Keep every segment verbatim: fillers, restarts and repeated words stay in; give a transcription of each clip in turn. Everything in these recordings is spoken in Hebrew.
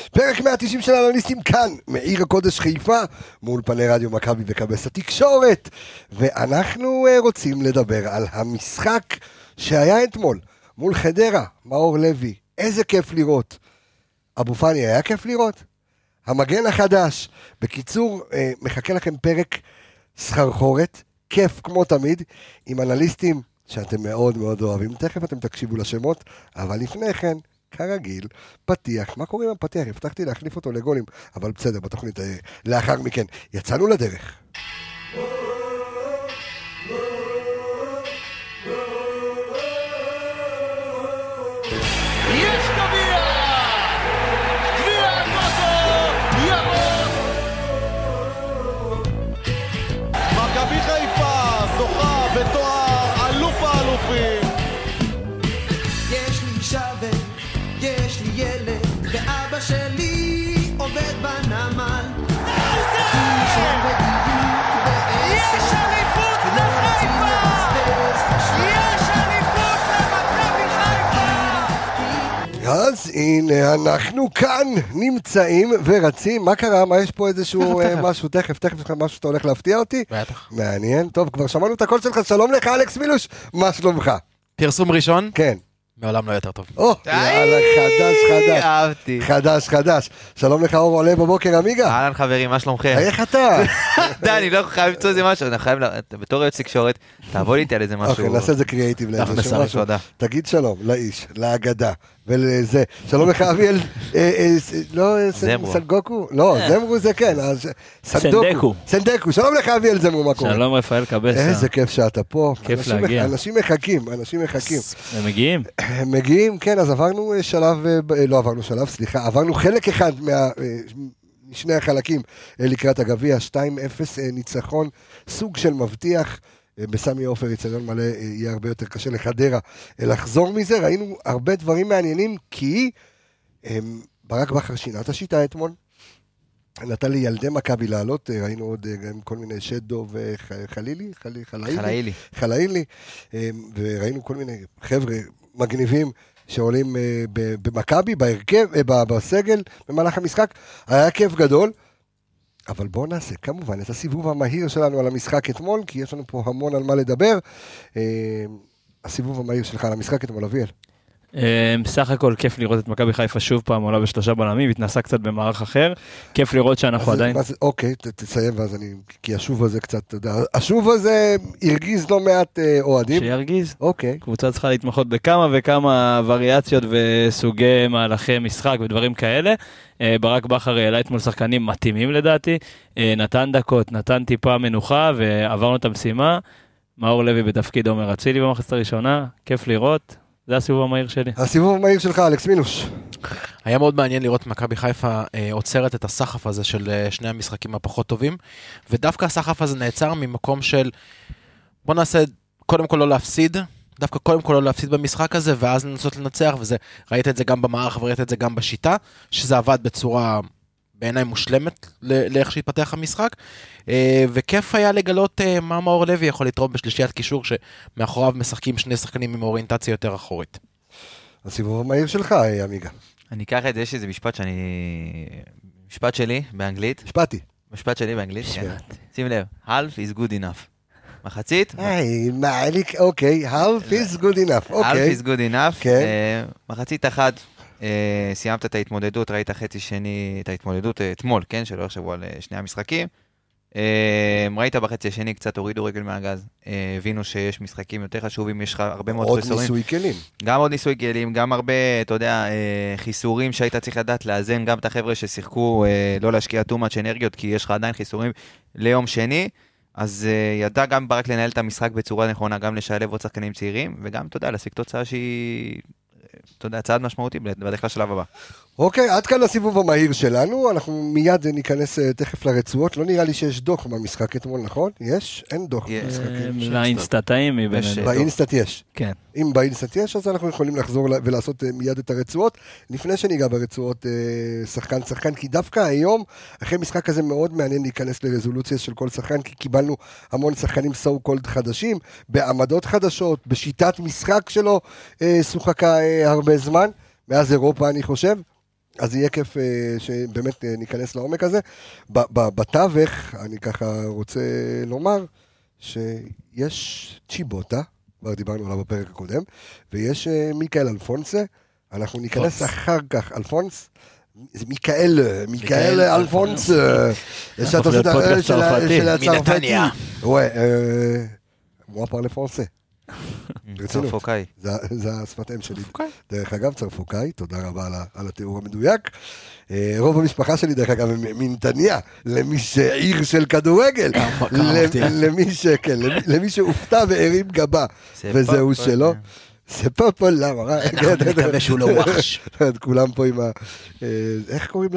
פרק מאה ותשעים של אנליסטים כאן, מעיר הקודש חיפה, מול פני רדיו מכבי וכבש התקשורת, ואנחנו רוצים לדבר על המשחק שהיה אתמול, מול חדרה, מאור לוי, איזה כיף לראות. אבו פני, היה כיף לראות? המגן החדש, בקיצור, מחכה לכם פרק סחרחורת, כיף כמו תמיד, עם אנליסטים שאתם מאוד מאוד אוהבים, תכף אתם תקשיבו לשמות, אבל לפני כן, כרגיל, פתיח, מה קורה עם הפתיח? הבטחתי להחליף אותו לגולים, אבל בסדר, בתוכנית לאחר מכן, יצאנו לדרך. יש גביע! גביע הטוטו! ירוק! מכבי חיפה זוכה בתואר אלוף האלופים. יש לי שווה, יש לי ילד, ואבא שלי עובד בנמל. יש אליפות לחיפה! יש אליפות למכבי חיפה! אז הנה אנחנו כאן נמצאים ורצים, מה קרה? מה יש פה איזשהו תכף, תכף. משהו, תכף, תכף, משהו שאתה הולך להפתיע אותי? בטח. מעניין, טוב, כבר שמענו את הקול שלך, שלום לך אלכס מילוש, מה שלומך? פרסום ראשון, כן. מעולם לא יותר טוב. או, יאללה, חדש, חדש. אהבתי. חדש, חדש. שלום לך אור עולה בבוקר, עמיגה. אהלן חברים, מה שלומכם? איך אתה? די, אני לא חייב למצוא איזה משהו, אני חייב, בתור יועץ תקשורת, תעבוד איתי על איזה משהו. אוקיי, נעשה את זה קריאייטיב. אנחנו נסרש, תודה. תגיד שלום לאיש, לאגדה, ולזה. שלום לך אביאל, לא, זמרו. סנגוקו? לא, זמרו זה כן. סנדקו. סנדקו, שלום לך אביאל זמרו, מה קורה? שלום רפאל קבסה. איזה כיף שאתה פה. כיף אנשים- להגיע. אנשים מחכים, אנשים מחכים. הם מגיעים? הם מגיעים, כן, אז עברנו שלב, לא עברנו שלב, סליחה, עברנו חלק אחד מה... משני החלקים לקראת הגביע, שתיים אפס ניצחון, סוג של מבטיח, בסמי עופר יצטדיון מלא, יהיה הרבה יותר קשה לחדרה לחזור מזה. ראינו הרבה דברים מעניינים, כי הם, ברק בכר שינה את השיטה אתמול, נתן לי ילדי מכבי לעלות, ראינו עוד גם כל מיני שדו וחלילי, חלי, חלאילי, חלאילי. חלאילי, וראינו כל מיני חבר'ה מגניבים שעולים במכבי, בהרכב, בסגל, במהלך המשחק, היה כיף גדול, אבל בואו נעשה כמובן את הסיבוב המהיר שלנו על המשחק אתמול, כי יש לנו פה המון על מה לדבר. הסיבוב המהיר שלך על המשחק אתמול, אביאל. בסך הכל כיף לראות את מכבי חיפה שוב פעם עולה בשלושה בלמים, התנסה קצת במערך אחר, כיף לראות שאנחנו עדיין... אוקיי, תסיים ואז אני, כי השוב הזה קצת, אתה יודע, השוב הזה הרגיז לא מעט אוהדים. שירגיז. אוקיי. קבוצה צריכה להתמחות בכמה וכמה וריאציות וסוגי מהלכי משחק ודברים כאלה. ברק בכר העלה אתמול שחקנים מתאימים לדעתי, נתן דקות, נתן טיפה מנוחה ועברנו את המשימה. מאור לוי בתפקיד עומר אצילי במחצית הראשונה, כיף לראות. זה הסיבוב המהיר שלי. הסיבוב המהיר שלך, אלכס מינוש. היה מאוד מעניין לראות מכבי חיפה אה, עוצרת את הסחף הזה של אה, שני המשחקים הפחות טובים, ודווקא הסחף הזה נעצר ממקום של, בוא נעשה קודם כל לא להפסיד, דווקא קודם כל לא להפסיד במשחק הזה, ואז לנסות לנצח, וזה, ראית את זה גם במערך וראית את זה גם בשיטה, שזה עבד בצורה בעיניי מושלמת לאיך שהתפתח המשחק, וכיף היה לגלות מה מאור לוי יכול לתרום בשלישיית קישור, שמאחוריו משחקים שני שחקנים עם אוריינטציה יותר אחורית. הסיבוב המהיר שלך, עמיגה. אני אקח את זה, יש איזה משפט שאני... משפט שלי באנגלית. משפטי. משפט שלי באנגלית, כן. שים לב, half is good enough. מחצית? היי, אוקיי, half is good enough. half is good enough. כן. מחצית אחת. סיימת את ההתמודדות, ראית חצי שני, את ההתמודדות אתמול, כן, שלא יחשבו על שני המשחקים. ראית בחצי השני, קצת הורידו רגל מהגז, הבינו שיש משחקים יותר חשובים, יש לך הרבה מאוד חיסורים. עוד ניסוי כלים. גם עוד ניסוי כלים, גם הרבה, אתה יודע, חיסורים שהיית צריך לדעת לאזן, גם את החבר'ה ששיחקו, לא להשקיע too much אנרגיות, כי יש לך עדיין חיסורים ליום שני, אז ידע גם ברק לנהל את המשחק בצורה נכונה, גם לשלב עוד שחקנים צעירים, וגם, אתה יודע, להשיג תוצאה שהיא... אתה יודע, צעד משמעותי בדרך לשלב הבא. אוקיי, עד כאן הסיבוב המהיר שלנו, אנחנו מיד ניכנס תכף לרצועות, לא נראה לי שיש דוח במשחק אתמול, נכון? יש? אין דוח במשחקים. לאינסטטאים מבינינו. באינסטט יש. כן. אם באינסטט יש, אז אנחנו יכולים לחזור ולעשות מיד את הרצועות, לפני שניגע ברצועות שחקן שחקן, כי דווקא היום, אחרי משחק כזה מאוד מעניין להיכנס לרזולוציה של כל שחקן, כי קיבלנו המון שחקנים סו קולד חדשים, בעמדות חדשות, בשיטת משחק שלו, שוחקה הרבה זמן, מאז אירופה אני חושב, אז יהיה כיף שבאמת ניכנס לעומק הזה. בתווך, אני ככה רוצה לומר, שיש צ'יבוטה, כבר דיברנו עליו בפרק הקודם, ויש מיקאל אלפונסה, אנחנו ניכנס אחר כך, אלפונס, זה מיקאל, מיקאל אלפונס, יש את עושה של הצרפתי. וואי, מואה פרלה פרנסה. צרפוקאי. זה השפת אם שלי. דרך אגב, צרפוקאי, תודה רבה על התיאור המדויק. רוב המשפחה שלי, דרך אגב, מנתניה, למי שעיר של כדורגל, למי שהופתע והרים גבה, וזהו שלו. זה פה פה למה, אנחנו נקווה שהוא לא וואש. כולם פה עם ה... איך קוראים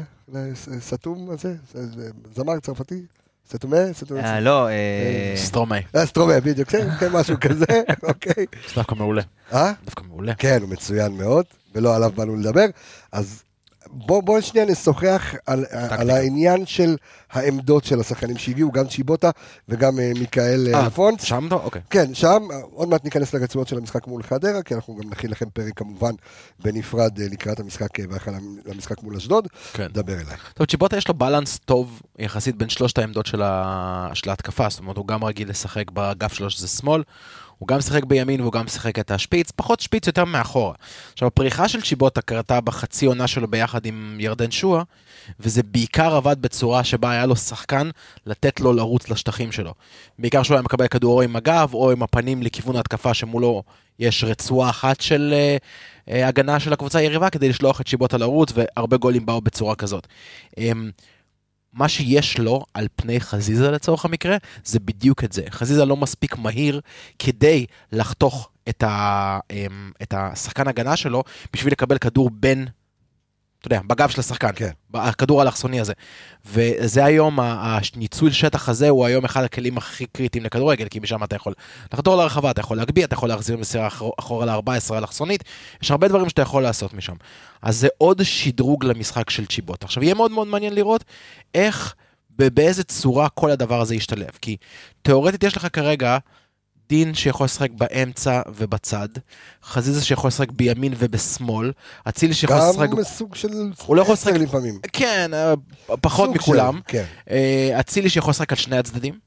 לסתום הזה? זמר צרפתי? סתומה? סתומה? לא, סטרומה. סטרומה, בדיוק, כן, משהו כזה, אוקיי. זה דווקא מעולה. אה? דווקא מעולה. כן, הוא מצוין מאוד, ולא עליו באנו לדבר, אז בואו שנייה נשוחח על העניין של העמדות של השחקנים שהגיעו, גם צ'יבוטה וגם מיקאל אלפונס. שם לא? אוקיי. כן, שם, עוד מעט ניכנס לרצועות של המשחק מול חדרה, כי אנחנו גם נכין לכם פרק כמובן בנפרד לקראת המשחק ואחר למשחק מול אשדוד. דבר אליי. טוב, צ'יבוטה יש לו בלנס טוב יחסית בין שלושת העמדות של ההתקפה, זאת אומרת, הוא גם רגיל לשחק באגף שלו שזה שמאל, הוא גם שחק בימין והוא גם שחק את השפיץ, פחות שפיץ יותר מאחורה. עכשיו, הפריחה של צ'יבוטה קרתה בחצי עונה שלו ביחד עם ירדן שואה, וזה בעיקר עבד בצורה שבה היה לו שחקן לתת לו לרוץ לשטחים שלו. בעיקר שהוא היה מקבל כדור או עם הגב או עם הפנים לכיוון ההתקפה שמולו יש רצועה אחת של uh, הגנה של הקבוצה היריבה כדי לשלוח את צ'יבוטה לרוץ, והרבה גולים באו בצורה כזאת. Um, מה שיש לו על פני חזיזה לצורך המקרה, זה בדיוק את זה. חזיזה לא מספיק מהיר כדי לחתוך את, ה, את השחקן הגנה שלו, בשביל לקבל כדור בין, אתה יודע, בגב של השחקן, כן. הכדור האלכסוני הזה. וזה היום, הניצול שטח הזה, הוא היום אחד הכלים הכי קריטיים לכדורגל, כי משם אתה יכול לחדור לרחבה, אתה יכול להגביה, אתה יכול להחזיר מסירה אחורה ל-ארבע עשרה אלכסונית, יש הרבה דברים שאתה יכול לעשות משם. אז זה עוד שדרוג למשחק של צ'יבוטה. עכשיו, יהיה מאוד מאוד מעניין לראות איך, באיזה צורה כל הדבר הזה ישתלב. כי תיאורטית יש לך כרגע דין שיכול לשחק באמצע ובצד, חזיזה שיכול לשחק בימין ובשמאל, אצילי שיכול לשחק... גם סוג של עשר לפעמים. כן, פחות מכולם. אצילי שיכול לשחק על שני הצדדים,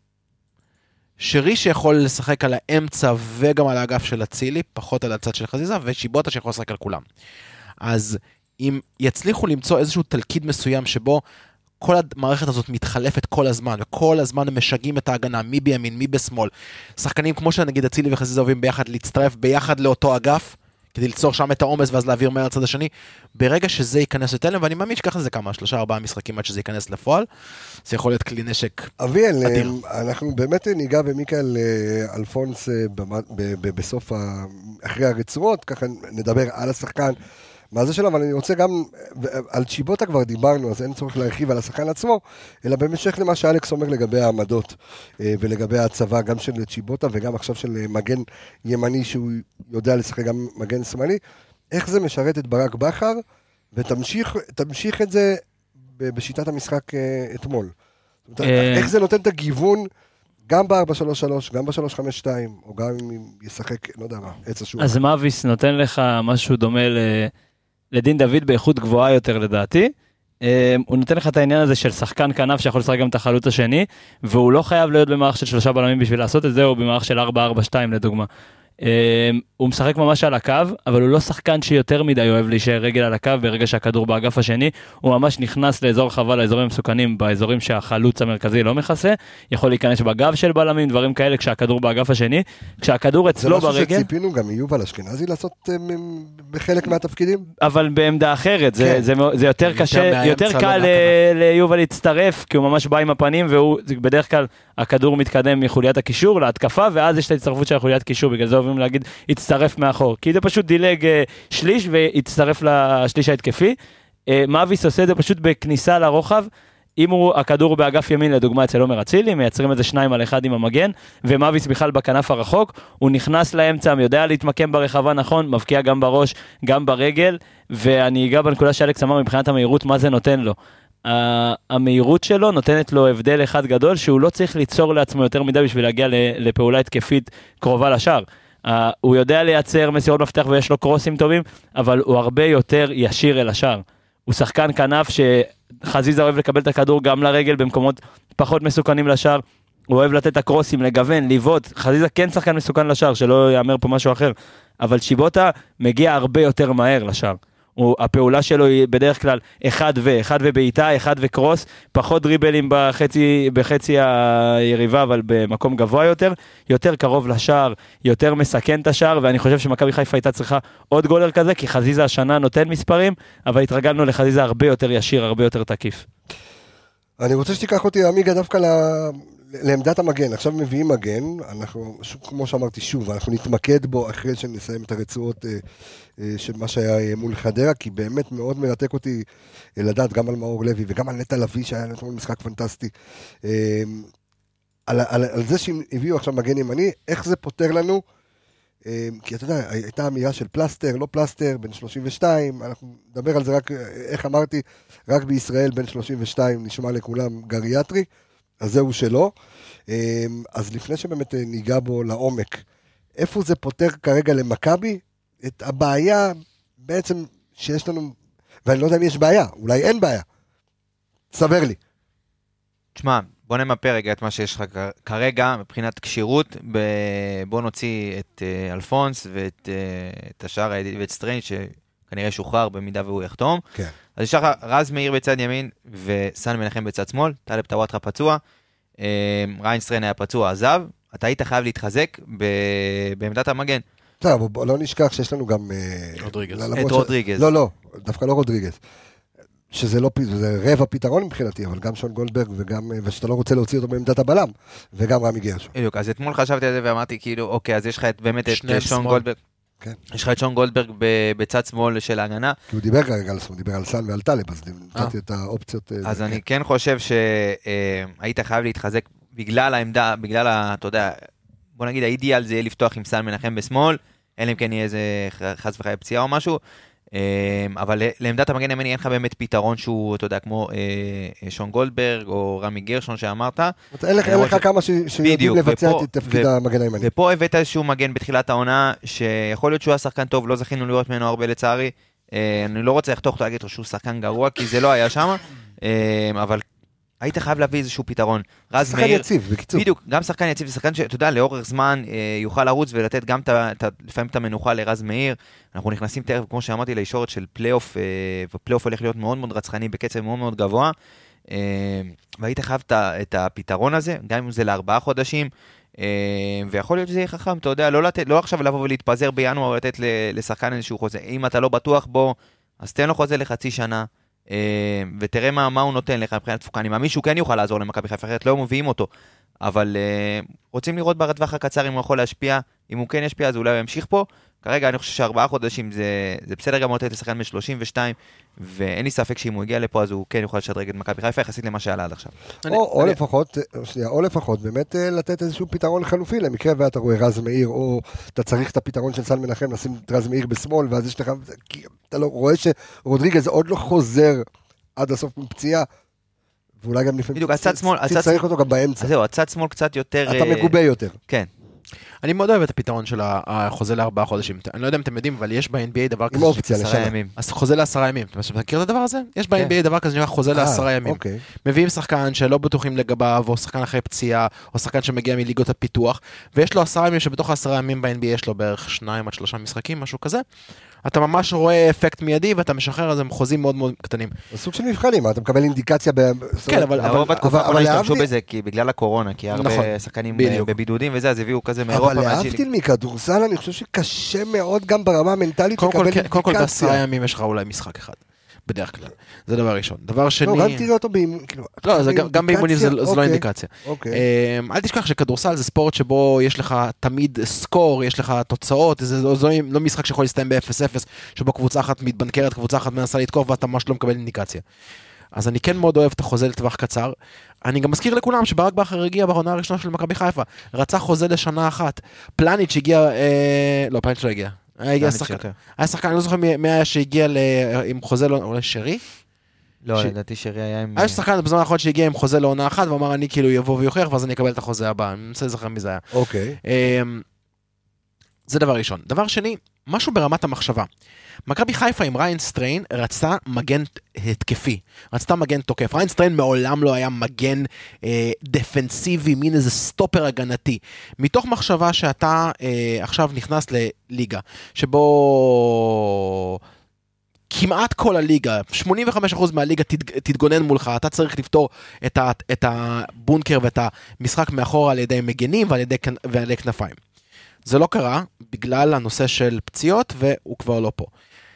שרי שיכול לשחק על האמצע וגם על האגף של אצילי, פחות על הצד של חזיזה, ושיבוטה שיכול לשחק על כולם. אז אם יצליחו למצוא איזשהו תלכיד מסוים שבו כל המערכת הזאת מתחלפת כל הזמן, וכל הזמן הם משגעים את ההגנה, מי בימין, מי בשמאל. שחקנים כמו שנגיד אצילי וחזיזה אוהבים ביחד, להצטרף ביחד לאותו אגף, כדי ליצור שם את העומס ואז להעביר מהר הצד השני. ברגע שזה ייכנס לתלם, ואני מאמין שככה זה כמה, שלושה ארבעה משחקים עד שזה ייכנס לפועל, זה יכול להיות כלי נשק אביאל, אדיר. אנחנו באמת ניגע במיקאל אלפונס בסוף, אחרי הרצועות, ככה נדבר על השחקן, מה זה שלו, אבל אני רוצה גם, על צ'יבוטה כבר דיברנו, אז אין צורך להרחיב על השחקן עצמו, אלא במשך למה שאלכס אומר לגבי העמדות, ולגבי הצבא, גם של צ'יבוטה, וגם עכשיו של מגן ימני, שהוא יודע לשחק גם מגן שמאלי, איך זה משרת את ברק בכר, ותמשיך תמשיך את זה בשיטת המשחק אתמול. איך זה נותן את הגיוון, גם ב-ארבע שלוש שלוש, גם ב-שלוש חמש שתיים, או גם אם ישחק, לא יודע מה, עץ השורה. אז מאביס נותן לך משהו דומה ל... לדין דוד באיכות גבוהה יותר לדעתי, הוא נותן לך את העניין הזה של שחקן כנף שיכול לשחק גם את החלוץ השני, והוא לא חייב להיות במערך של שלושה בלמים בשביל לעשות את זה, או במערך של ארבע ארבע שתיים לדוגמה. הוא משחק ממש על הקו, אבל הוא לא שחקן שיותר מדי אוהב להישאר רגל על הקו ברגע שהכדור באגף השני, הוא ממש נכנס לאזור חווה, לאזורים מסוכנים, באזורים שהחלוץ המרכזי לא מכסה, יכול להיכנס בגב של בלמים, דברים כאלה, כשהכדור באגף השני, כשהכדור אצלו ברגל... זה משהו שציפינו גם מיובל אשכנזי לעשות בחלק מהתפקידים? אבל בעמדה אחרת, זה, זה, זה יותר קשה, יותר קל ליובל להצטרף, כי הוא ממש בא עם הפנים, והוא בדרך כלל הכדור מתקדם מחוליית הקישור להתקפה, ואז יש את ההצטרפות של חוליית קישור, בגלל זה אוהבים להגיד, יצטרף מאחור, כי זה פשוט דילג שליש, ויצטרף לשליש ההתקפי. מאביס עושה את זה פשוט בכניסה לרוחב, אם הוא, הכדור באגף ימין, לדוגמה אצל עומר אצילי, מייצרים איזה שניים על אחד עם המגן, ומאביס בכלל בכנף הרחוק, הוא נכנס לאמצע, יודע להתמקם ברחבה נכון, מבקיע גם בראש, גם ברגל, ואני אגע בנקודה שאלכס אמר, מבחינת המהירות, מה זה נותן לו? המהירות שלו נותנת לו הבדל אחד גדול, שהוא לא צריך ליצור לעצמו יותר מדי בשביל להגיע לפעולה התקפית קרובה לשער. הוא יודע לייצר מסירות מפתח ויש לו קרוסים טובים, אבל הוא הרבה יותר ישיר אל השער. הוא שחקן כנף שחזיזה אוהב לקבל את הכדור גם לרגל במקומות פחות מסוכנים לשער, הוא אוהב לתת את הקרוסים, לגוון, ליוות, חזיזה כן שחקן מסוכן לשער, שלא יאמר פה משהו אחר, אבל שיבוטה מגיע הרבה יותר מהר לשער. הוא, הפעולה שלו היא בדרך כלל אחד ו, אחד ובעיטה, אחד וקרוס, פחות דריבלים בחצי, בחצי היריבה, אבל במקום גבוה יותר, יותר קרוב לשער, יותר מסכן את השער, ואני חושב שמכבי חיפה הייתה צריכה עוד גולר כזה, כי חזיזה השנה נותן מספרים, אבל התרגלנו לחזיזה הרבה יותר ישיר, הרבה יותר תקיף. אני רוצה שתיקח אותי, עמיגה, דווקא ל... לעמדת המגן. עכשיו מביאים מגן, אנחנו, כמו שאמרתי שוב, אנחנו נתמקד בו אחרי שנסיים את הרצועות אה, אה, של מה שהיה מול חדרה, כי באמת מאוד מרתק אותי לדעת גם על מאור לוי וגם על נטע לביא, שהיה לנו משחק פנטסטי. אה, על, על, על זה שהביאו עכשיו מגן ימני, איך זה פותר לנו? אה, כי אתה יודע, הייתה אמירה של פלסטר, לא פלסטר, בין שלושים ושתיים, אנחנו נדבר על זה רק, איך אמרתי, רק בישראל בין שלושים ושתיים נשמע לכולם גריאטרי, אז זהו שלא. אז לפני שבאמת ניגע בו לעומק, איפה זה פותר כרגע למכבי את הבעיה בעצם שיש לנו, ואני לא יודע אם יש בעיה, אולי אין בעיה. סבר לי. תשמע, בוא נמפה רגע את מה שיש לך כרגע, מבחינת קשירות, בוא נוציא את אלפונס ואת את השאר ואת סטריינג' שכנראה שוחרר במידה והוא יחתום. כן. אז יש לך רז מאיר בצד ימין וסן מנחם בצד שמאל, טלב טוואטחה פצוע, ריין סטריין היה פצוע, עזב, אתה היית חייב להתחזק בעמדת המגן. טוב, בוא לא נשכח שיש לנו גם... רודריגז. את רודריגז. לא, לא, דווקא לא רודריגז. שזה לא, זה רבע פתרון מבחינתי, אבל גם שון גולדברג וגם, ושאתה לא רוצה להוציא אותו בעמדת הבלם, וגם רמי גרשון. בדיוק, אז אתמול חשבתי על זה ואמרתי כאילו, אוקיי, אז יש לך באמת את שון גולדברג. כן. יש לך את שון גולדברג בצד שמאל של ההגנה. כי הוא דיבר כרגע על זה, הוא דיבר על סן ועל טלב, אז נתתי את האופציות. אז אני כן חושב שהיית חייב להתחזק בגלל העמדה, בגלל, אתה יודע, בוא נגיד, האידיאל זה יהיה לפתוח עם סן מנחם בשמאל, אלא אם כן יהיה איזה חס וחי פציעה או משהו, אבל לעמדת המגן הימני אין לך באמת פתרון שהוא, אתה יודע, כמו שון גולדברג או רמי גרשון שאמרת. אין לך כמה שיודעים לבצע את תפקיד המגן הימני. ופה הבאת איזשהו מגן בתחילת העונה, שיכול להיות שהוא היה שחקן טוב, לא זכינו לראות ממנו הרבה לצערי, אני לא רוצה לחתוך להגיד שהוא שחקן גרוע, כי זה לא היה שם, אבל היית חייב להביא איזשהו פתרון. רז מאיר, שחקן יציב, בקיצור. בדיוק, גם שחקן יציב, שחקן שאתה יודע, לאורך זמן יוכל לרוץ ולתת גם לפעמים את המנוחה לרז מאיר. אנחנו נכנסים תכף, כמו שאמרתי, לישורת של פלייאוף, ופלייאוף הולך להיות מאוד מאוד רצחני, בקצב מאוד מאוד גבוה, והיית חייב את הפתרון הזה, גם אם זה לארבעה חודשים, ויכול להיות שזה יהיה חכם, אתה יודע, לא לתת, לא עכשיו לבוא ולהתפזר בינואר, לתת לשחקן איזשהו חוזה. אם אתה לא בטוח בו, אז תן לו חוזה לחצי שנה, ותראה מה, מה הוא נותן לך מבחינת תפוקה. אני מאמין שהוא כן יוכל לעזור למכבי חיפה, אחרת לא מביאים אותו, אבל רוצים לראות בטווח הקצר אם הוא יכול להשפיע, אם הוא כן ישפיע אז אולי הוא ימשיך פה. כרגע אני חושב שארבעה חודשים זה, זה בסדר גם לתת לשחקן מ-שלושים ושתיים, ואין לי ספק שאם הוא הגיע לפה אז הוא כן יוכל לשדרג את מכבי חיפה יחסית למה שעלה עד עכשיו. או, או, אני... לפחות, שנייה, או לפחות באמת לתת איזשהו פתרון חלופי למקרה ואתה רואה רז מאיר, או אתה צריך את הפתרון של סן מנחם, לשים את רז מאיר בשמאל, ואז יש לך, אתה לא רואה שרודריגז עוד לא חוזר עד הסוף מפציעה, ואולי גם לפעמים צריך אותו גם באמצע. זהו, הצד שמאל קצת יותר... אתה מגובה יותר. כן. אני מאוד אוהב את הפתרון של החוזה לארבעה חודשים. אני לא יודע אם אתם יודעים, אבל יש ב-אן בי איי דבר כזה... עם אופציה לשנה. אז חוזה לעשרה ימים. אתה מכיר את הדבר הזה? יש ב-אן בי איי דבר כזה שנקרא חוזה לעשרה ימים. מביאים שחקן שלא בטוחים לגביו, או שחקן אחרי פציעה, או שחקן שמגיע מליגות הפיתוח, ויש לו עשרה ימים שבתוך העשרה ימים ב-אן בי איי יש לו בערך שניים עד שלושה משחקים, משהו כזה. אתה ממש רואה אפקט מיידי, ואתה משחרר על זה חוזים מאוד מאוד קטנים. זה סוג של מבחנים, אתה מקבל אינדיקציה ב... כן, אבל בתקופה לא השתמשו בזה, כי בגלל הקורונה, כי הרבה שחקנים בבידודים וזה, אז הביאו כזה מאירופה. אבל להבדיל מכדורסל, אני חושב שקשה מאוד גם ברמה המנטלית לקבל אינדיקציה. קודם כל, בעשרה ימים יש לך אולי משחק אחד. בדרך כלל. זה דבר ראשון. דבר שני... לא, גם תראה אותו באימונים. לא, גם באימונים זה לא אינדיקציה. אל תשכח שכדורסל זה ספורט שבו יש לך תמיד סקור, יש לך תוצאות, זה לא משחק שיכול להסתיים ב-אפס אפס, שבו קבוצה אחת מתבנקרת, קבוצה אחת מנסה לתקוף, ואתה ממש לא מקבל אינדיקציה. אז אני כן מאוד אוהב את החוזה לטווח קצר. אני גם מזכיר לכולם שברק בכר הגיע בעונה הראשונה של מכבי חיפה, רצה חוזה לשנה אחת. פלניץ' הגיע, לא, פלניץ' לא הגיע. היה שחקן, אני לא זוכר מי היה שהגיע עם חוזה, אולי שרי? לא, לדעתי שרי היה עם... היה שחקן בזמן האחרון שהגיע עם חוזה לעונה אחת, ואמר אני כאילו יבוא ויוכיח, ואז אני אקבל את החוזה הבא. אני מנסה לזכר מי זה היה. אוקיי. זה דבר ראשון. דבר שני, משהו ברמת המחשבה. מכבי חיפה עם ריין סטריין רצתה מגן התקפי, רצתה מגן תוקף. ריין סטריין מעולם לא היה מגן אה, דפנסיבי, מין איזה סטופר הגנתי. מתוך מחשבה שאתה אה, עכשיו נכנס לליגה, שבו כמעט כל הליגה, שמונים וחמישה אחוז מהליגה תת, תתגונן מולך, אתה צריך לפתור את, ה, את הבונקר ואת המשחק מאחורה על ידי מגנים ועל ידי, ועל ידי כנפיים. זה לא קרה בגלל הנושא של פציעות, והוא כבר לא פה.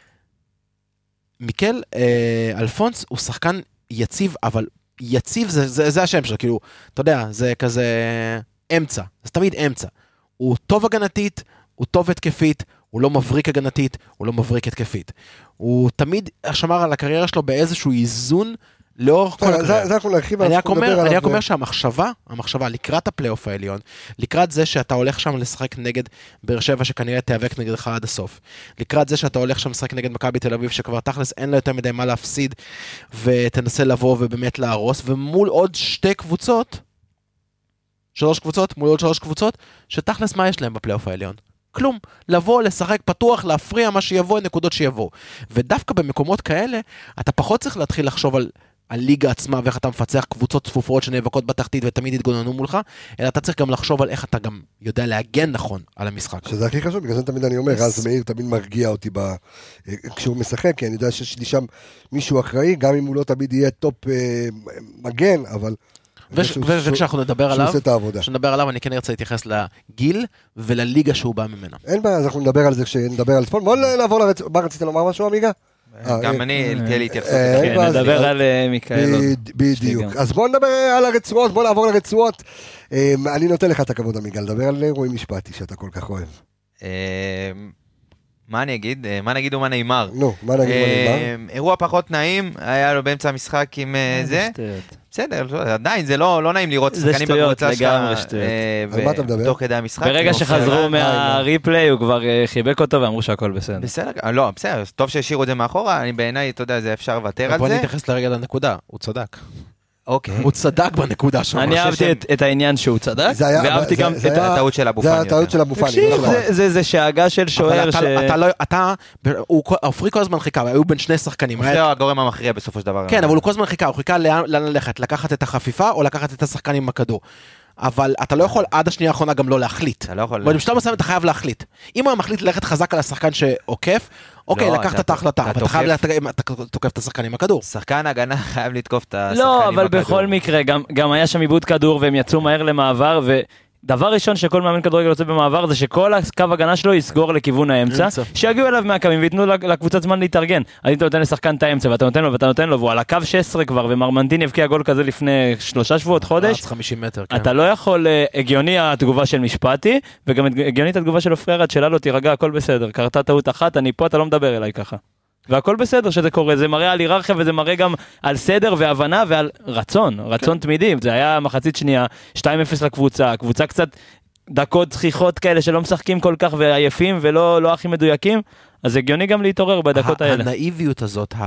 מיקל אה, אלפונס הוא שחקן יציב, אבל יציב זה, זה, זה השם שלו, כאילו, אתה יודע, זה כזה אמצע, זה תמיד אמצע. הוא טוב הגנתית, הוא טוב התקפית, הוא לא מבריק הגנתית, הוא לא מבריק התקפית. הוא תמיד שמר על הקריירה שלו באיזשהו איזון, לאורך כל הקריירה. זה אנחנו להרחיב, אני רק אומר, אני רק אומר שהמחשבה, המחשבה לקראת הפלייאוף העליון, לקראת זה שאתה הולך שם לשחק נגד באר שבע שכנראה תיאבק נגדך עד הסוף, לקראת זה שאתה הולך שם לשחק נגד מכבי תל אביב שכבר תכלס אין לה יותר מדי מה להפסיד, ותנסה לבוא ובאמת להרוס, ומול עוד שתי קבוצות, שלוש קבוצות, מול עוד שלוש קבוצות, שתכלס מה יש להם בפלייאוף העליון? כלום, לבוא, לשחק פתוח, להפריע מה שיבוא, נקודות שיבוא. ודווקא במקומות כאלה, אתה פחות צריך להתחיל לחשוב על הליגה עצמה, ואיך אתה מפצח קבוצות צפופות שנאבקות בתחתית ותמיד יתגוננו מולך, אלא אתה צריך גם לחשוב על איך אתה גם יודע להגן נכון על המשחק. שזה הכי חשוב, בגלל זה תמיד אני אומר, רז מאיר תמיד מרגיע אותי ב... כשהוא משחק, כי אני יודע שיש לי שם מישהו אחראי, גם אם הוא לא תמיד יהיה טופ אה, מגן, אבל... וכשאנחנו נדבר עליו, כשנדבר עליו אני כן ארצה להתייחס לגיל ולליגה שהוא בא ממנה. אין בעיה, אז אנחנו נדבר על זה כשנדבר על צפון. בוא נעבור לרצועות, מה רצית לומר משהו עמיגה? גם אני, תהיה לי התייחסות. נדבר על מיכאל. בדיוק. אז בוא נדבר על הרצועות, בוא נעבור לרצועות. אני נותן לך את הכבוד עמיגה, לדבר על אירועי משפטי שאתה כל כך אוהב. מה אני אגיד? מה נגיד ומה נאמר? נו, מה נגיד ומה נאמר? אירוע פחות נעים, היה לו באמצע המשחק עם זה. בסדר, עדיין זה לא נעים לראות שחקנים בקבוצה שלך. על מה אתה מדבר? תוך כדי המשחק. ברגע שחזרו מהריפליי הוא כבר חיבק אותו ואמרו שהכל בסדר. בסדר, לא, בסדר, טוב שהשאירו את זה מאחורה, אני בעיניי, אתה יודע, זה אפשר לוותר על זה. בוא נתייחס לרגע לנקודה, הוא צדק. אוקיי. הוא צדק בנקודה שלו. אני אהבתי את העניין שהוא צדק, ואהבתי גם את הטעות של אבו פאני. זה הטעות של אבו פאני. תקשיב, זה שאגה של שוער ש... אתה לא, אתה, אופרי כל הזמן חיכה, היו בין שני שחקנים. זה הגורם המכריע בסופו של דבר. כן, אבל הוא כל הזמן חיכה, הוא חיכה לאן ללכת, לקחת את החפיפה או לקחת את השחקן עם הכדור. אבל אתה לא יכול עד השנייה האחרונה גם לא להחליט. אתה לא יכול. בשלב מסוים אתה חייב להחליט. אם הוא מחליט ללכת חזק על השחקן שעוקף, אוקיי, לקחת את ההחלטה, אבל אתה חייב לתוקף את השחקן עם הכדור. שחקן הגנה חייב לתקוף את השחקן עם הכדור. לא, אבל בכל מקרה, גם היה שם עיבוד כדור והם יצאו מהר למעבר, ודבר ראשון שכל מאמן כדורגל יוצא במעבר זה שכל הקו הגנה שלו יסגור לכיוון האמצע, שיגיעו אליו מהקווים ויתנו לקבוצת זמן להתארגן. אז אם אתה נותן לשחקן את האמצע ואתה נותן לו ואתה נותן לו והוא על הקו שש עשרה כבר ומרמנטין יבקיע גול כזה לפני שלושה שבועות חודש, חמישים מטר, אתה לא יכול, הגיוני התגובה של משפטי וגם הגיונית התגובה של אופרי ארד שלה לא תירגע, הכל בסדר, קרתה טעות אחת, אני פה, אתה לא מדבר אליי ככה. והכל בסדר שזה קורה, זה מראה על היררכיה וזה מראה גם על סדר והבנה ועל רצון, רצון תמידי. זה היה מחצית שנייה, שתיים אפס לקבוצה, קבוצה קצת דקות צחיחות כאלה שלא משחקים כל כך ועייפים ולא לא הכי מדויקים, אז זה הגיוני גם להתעורר בדקות האלה. הנאיביות הזאת,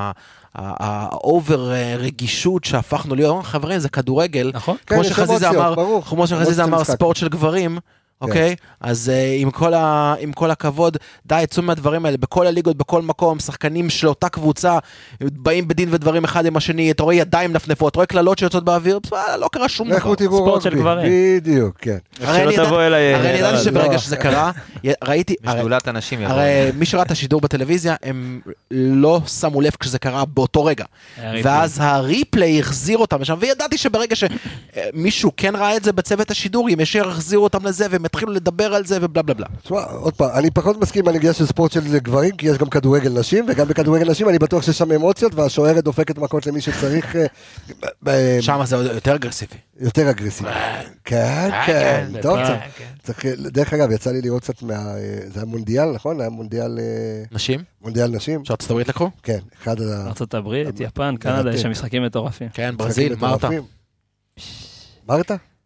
האובר רגישות שהפכנו להיות, חברים, זה כדורגל, כמו שחזיזה אמר, כמו שחזיזה אמר, ספורט של גברים, אוקיי? אז עם כל ה, עם כל הכבוד, די, יצאו מהדברים האלה, בכל הליגות, בכל מקום, שחקנים של אותה קבוצה, באים בדין ודברים אחד עם השני, אתה רואה ידיים נפנפות, אתה רואה קללות שיוצאות באוויר, לא קרה שום דבר. ספורט של גברים. בדיוק, כן. הרי אני ידעתי שברגע שזה קרה, ראיתי, בשדולת אנשים, הרי מי שראה את השידור בטלוויזיה, הם לא שמו לב כשזה קרה באותו רגע. ואז הריפליי החזיר אותם לשם, וידעתי שברגע שמישהו כן ראה את זה בצוות השידור, הם ישר החזירו אותם לזה, והם התחילו לדבר על זה ובלה בלה בלה. תשמע, עוד פעם, אני פחות מסכים עם הנגיעה של ספורט של גברים, כי יש גם כדורגל נשים, וגם בכדורגל נשים אני בטוח שיש שם אמוציות, והשוערת דופקת מכות למי שצריך... שם זה יותר אגרסיבי. יותר אגרסיבי. כן, כן. טוב, צריך... דרך אגב, יצא לי לראות קצת מה... זה היה מונדיאל, נכון? היה מונדיאל... נשים? מונדיאל נשים. שארצות הברית לקחו? כן, אחד ה... ארצות הברית, יפן, קנדה, יש שם משחקים מטורפים. כן, ברזיל, מרתה. מרתה?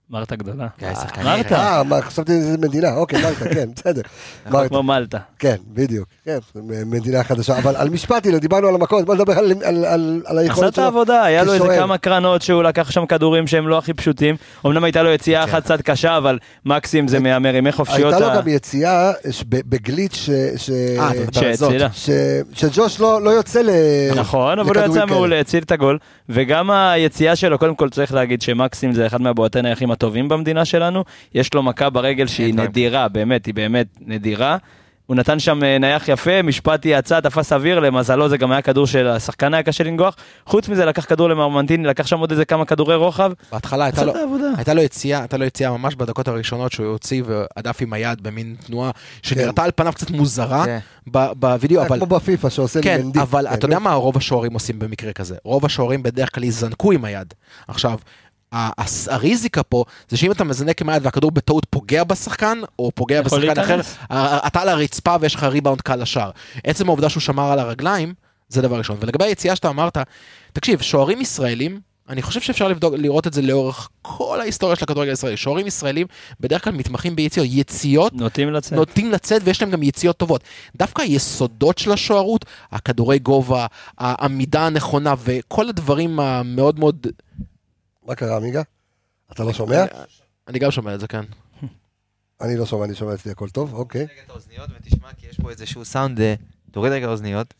מרתה גדולה. כן, שחקנים. מרתה. אה, מה, חשבתי שזה מדינה, אוקיי, מלטה, כן, בסדר. מלטה. כמו מלטה. כן, בדיוק, כן, מדינה חדשה, אבל על משפטי, לא דיברנו על המכות, בוא נדבר על, על, על, על עשה היכולת את העבודה, היה לו איזה כשוער. כמה קרנות שהוא לקח שם כדורים שהם לא הכי פשוטים, אמנם הייתה לו יציאה אחת קצת קשה, אבל מקסים זה מהמרימי חופשיות. הייתה לו גם יציאה ש- ב- בגליץ' ש- ש- אה, אתה מדבר על זאת. שהצילה. ש- שג'וש לא לא יוצא ל... נכון, אבל הוא לכדורים יצא כאלה. מעולה, הציל את הגול, וגם היציאה שלו, קודם כל צריך להגיד שמקסים זה אחד מהבועטי נייחים הטובים במדינה שלנו, יש לו מכה ברגל שהיא נדירה, באמת, היא באמת נדירה, הוא נתן שם נייח יפה, משפטי יצא, תפס אוויר, למזלו זה גם היה כדור של השחקן היה קשה לנגוח, חוץ מזה לקח כדור למרמנטיני, לקח שם עוד איזה כמה כדורי רוחב, בהתחלה הייתה עשה לו, את העבודה. הייתה לו יציאה, הייתה לו יציאה ממש בדקות הראשונות שהוא הוציא והדף עם היד במין תנועה שנראתה על פניו קצת מוזרה כן. ב- בווידאו, אבל... אבל כמו בפיפה שעושה לי כן, מנדי. אבל כן, אתה יודע נו. מה רוב השוערים עושים במקרה כזה? רוב השוערים בדרך כלל יזנקו עם היד. עכשיו, ה- הס- הריזיקה פה זה שאם אתה מזנק עם היד והכדור בטעות פוגע בשחקן, או פוגע יכול בשחקן אחר, להיכנס. ה- אתה על הרצפה ויש לך ריבאונד קל לשער. עצם העובדה שהוא שמר על הרגליים, זה דבר ראשון. ולגבי היציאה שאתה אמרת, תקשיב, שוערים ישראלים, אני חושב שאפשר לבדוק, לראות את זה לאורך כל ההיסטוריה של הכדורגל הישראלי. שוערים ישראלים בדרך כלל מתמחים ביציאות. יציאות נוטים לצאת. נוטים לצאת ויש להם גם יציאות טובות. דווקא היסודות של השוערות, הכדורי גובה, העמידה הנכונה וכל הדברים המאוד מאוד... מה קרה, מיגה? אתה לא שומע? אני גם שומע את זה, כן. אני לא שומע, אני שומע אצלי הכל טוב, אוקיי. רגע את האוזניות ותשמע, כי יש פה איזשהו סאונד, אה, תוריד רגע האוזניות.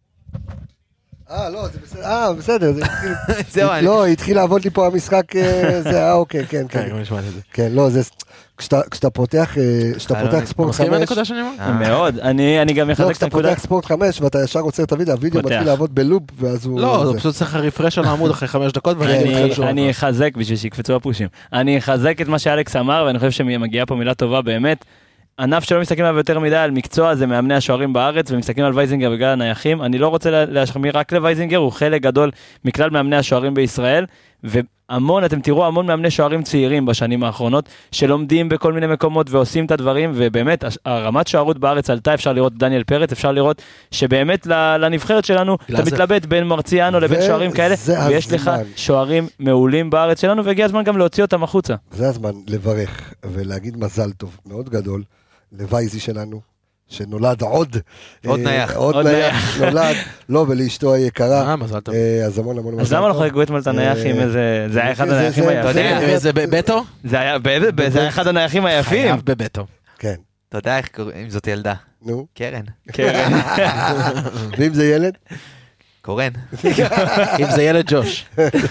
אה, לא, זה בסדר, אה, בסדר, זה התחיל... זהו, אני... לא, התחיל לעבוד לי פה המשחק, אה, זה, אה, אוקיי, כן, כן, כן. גם נשמע את זה. כן, לא, זה... כשאתה כשאתה פותח, אה, כשאתה חלום. פותח ספורט מסכים עם חמש... הנקודה שאני אומר? אה. מאוד, אני אני גם לא, אחזק את כשאתה הנקודה. פותח ספורט חמש ואתה ישר עוצר את הוידאו, הוידאו פותח. מתחיל לעבוד בלופ, ואז הוא... לא, זה. זה פשוט צריך רפרש על העמוד אחרי חמש דקות, ואני אני- מתחיל לשאול. אני אחזק בשביל שיקפצו הפושים. אני אחזק את מה שאלכס אמר, ואני חושב שמגיעה פה מילה טובה באמת. ענף שלא מסתכלים עליו יותר מדי על מקצוע, זה מאמני השוערים בארץ, ומסתכלים על וייזינגר בגלל הנייחים. אני לא רוצה להשחמיר רק לווייזינגר, הוא חלק גדול מכלל מאמני השוערים בישראל, והמון, אתם תראו המון מאמני שוערים צעירים בשנים האחרונות, שלומדים בכל מיני מקומות ועושים את הדברים, ובאמת, הרמת שוערות בארץ עלתה, אפשר לראות דניאל פרץ, אפשר לראות שבאמת לנבחרת שלנו, אתה זה- מתלבט בין מרציאנו לבין וזה שוערים כאלה, ויש לך הזמן. שוערים מעולים בארץ שלנו, והגיע הזמן גם להוציא אותם החוצה. זה הזמן לברך ולהגיד מזל טוב מאוד גדול לווייזי שלנו, שנולד עוד, עוד אה, נייח. עוד עוד נייח, נולד, לא, ולאשתו היקרה, אה, מזל טוב. אה, אז המון המון מזל אז טוב. למה לא חגגו אתמול את הנייח עם אה, איזה, זה היה אחד זה- הנייחים זה- אתה יודע, היפים. אה, זה בבטו? זה היה, באיזה- זה היה אחד הנייחים היפים. חייב בבטו. כן, אתה יודע איך קוראים, אם זאת ילדה. נו, קרן. כן. ואם זה ילד? קורן. אם זה ילד ג'וש.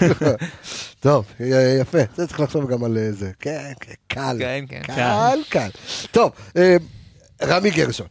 טוב, י- יפה, זה צריך לחשוב גם על אה, זה, כן, כן, קל, כן, כן. קל, קל. טוב, אה, רמי גרשון,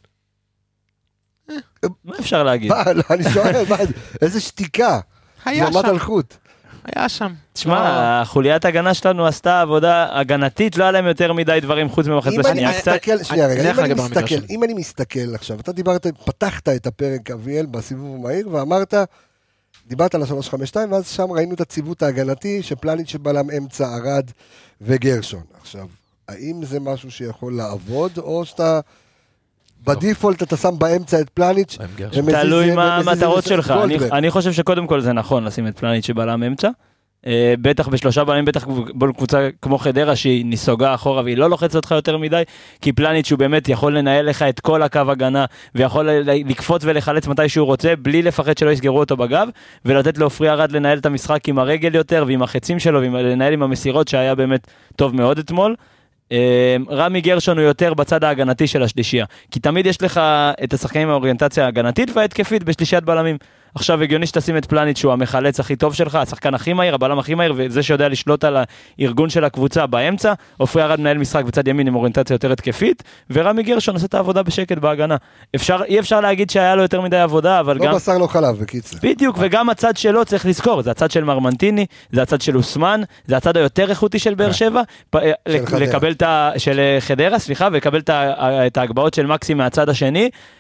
מה אפשר להגיד? מה, לא, אני שואל, מה, איזה שתיקה, היה זרמת שם, על חוט. היה שם. תשמע, חוליית ההגנה שלנו עשתה עבודה הגנתית, לא היה להם יותר מדי דברים חוץ ממחצית אם אני השנייה. קצת- מסתכל, שנייה רגע, אני אם אני אלך רגע במגרש מסתכל, שלי. אם אני מסתכל עכשיו, אתה דיברת, פתחת את הפרק אביאל בסיבוב המהיר ואמרת, דיברת על ה-שלוש חמש שתיים, ואז שם ראינו את הציוות ההגנתי, שפלניץ' שבלם אמצע ארד וגרשון. עכשיו, האם זה משהו שיכול לעבוד, או שאתה, בדיפולט אתה שם באמצע את פלניץ' עם גרשון. ומזיז- תלוי מה ומזיז המטרות את שלך. אני- גולדברג. אני חושב שקודם כל זה נכון לשים את פלניץ' שבלם אמצע. אה, בטח בשלושה בלמים, בטח בקבוצה כמו חדרה שהיא נסוגה אחורה והיא לא לוחצת אותך יותר מדי, כי פלניץ' הוא באמת יכול לנהל לך את כל הקו הגנה ויכול לקפוץ ולחלץ מתי שהוא רוצה בלי לפחד שלא יסגרו אותו בגב, ולתת לעופרי ארד לנהל את המשחק עם הרגל יותר ועם החצים שלו ולנהל עם המסירות שהיה באמת טוב מאוד אתמול. אה, רמי גרשון הוא יותר בצד ההגנתי של השלישייה, כי תמיד יש לך את השחקנים האוריינטציה ההגנתית וההתקפית בשלישיית בלמים. עכשיו הגיוני שתשים את פלניץ' שהוא המחלץ הכי טוב שלך, השחקן הכי מהיר, הבלם הכי מהיר, וזה שיודע לשלוט על הארגון של הקבוצה באמצע. עופרי ארד מנהל משחק בצד ימין עם אוריינטציה יותר התקפית, ורמי גרשון עושה את העבודה בשקט בהגנה. אפשר, אי אפשר להגיד שהיה לו יותר מדי עבודה, אבל גם... לא בשר לא חלב, בקיצר. בדיוק, וגם הצד שלו צריך לזכור, זה הצד של מרמנטיני, זה הצד של אוסמן, זה הצד היותר איכותי של באר שבע, פ- לק- לקבל את ה... של חדרה, סליחה, ולקבל את ה- את ההגבהות של מקסים מהצד השני.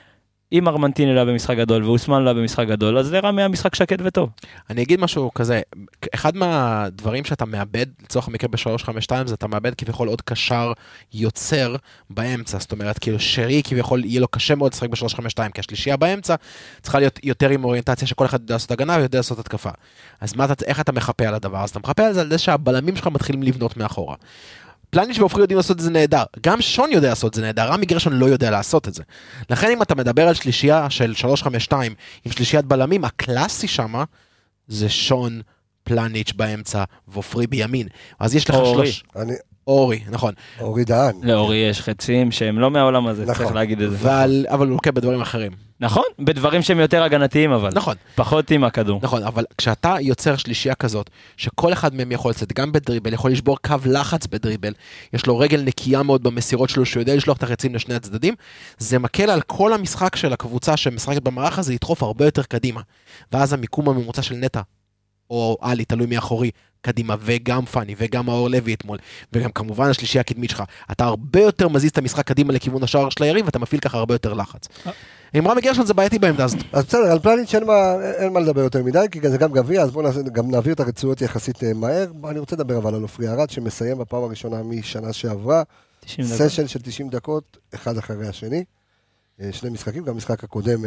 אם ארמנטיני לא במשחק גדול ואוסמן לא במשחק גדול, אז לרמי היה משחק שקט וטוב. אני אגיד משהו כזה, אחד מהדברים שאתה מאבד, לצורך המקרה ב-שלוש חמש שתיים, זה אתה מאבד כביכול עוד קשר יוצר באמצע, זאת אומרת, כאילו שרי כביכול יהיה לו קשה מאוד לשחק ב-שלוש חמש שתיים, כי השלישייה באמצע צריכה להיות יותר עם אוריינטציה שכל אחד יודע לעשות הגנה ויודע לעשות התקפה. אז מה, איך אתה מחפה על הדבר? אז אתה מחפה על זה על זה שהבלמים שלך מתחילים לבנות מאחורה. פלניץ' ואופרי יודעים לעשות את זה נהדר, גם שון יודע לעשות את זה נהדר, רמי גרשון לא יודע לעשות את זה. לכן אם אתה מדבר על שלישייה של שלוש חמש שתיים עם שלישיית בלמים, הקלאסי שמה זה שון, פלניץ' באמצע ואופרי בימין. אז יש לך שלוש... אני... אורי, נכון. אורי דהן. לאורי יש חצים שהם לא מהעולם הזה, נכון. צריך להגיד את זה. אבל, אבל הוא לוקח בדברים אחרים. נכון, בדברים שהם יותר הגנתיים אבל. נכון. פחות עם הכדור. נכון, אבל כשאתה יוצר שלישייה כזאת, שכל אחד מהם יכול לצאת גם בדריבל, יכול לשבור קו לחץ בדריבל, יש לו רגל נקייה מאוד במסירות שלו, שהוא יודע לשלוח את החצים לשני הצדדים, זה מקל על כל המשחק של הקבוצה שמשחקת במערך הזה, לדחוף הרבה יותר קדימה. ואז המיקום הממוצע של נטע, או אלי, תלוי מאחורי, קדימה, וגם פני, וגם האור לוי אתמול, וגם כמובן השלישייה הקדמית שלך, אתה הרבה יותר מזיז את המשחק קדימה לכיוון השער של היריב, ואתה מפעיל ככה הרבה יותר לחץ. עם רמי גרשון זה בעייתי בעמדה הזאת. אז בסדר, על פלניץ' אין מה, אין מה לדבר יותר מדי, כי זה גם גביע, אז בואו גם נעביר את הרצועות יחסית מהר. אני רוצה לדבר אבל על עופרי ארד, שמסיים בפעם הראשונה משנה שעברה, סשן של תשעים דקות, אחד אחרי השני, שני משחקים, גם משחק הקודם,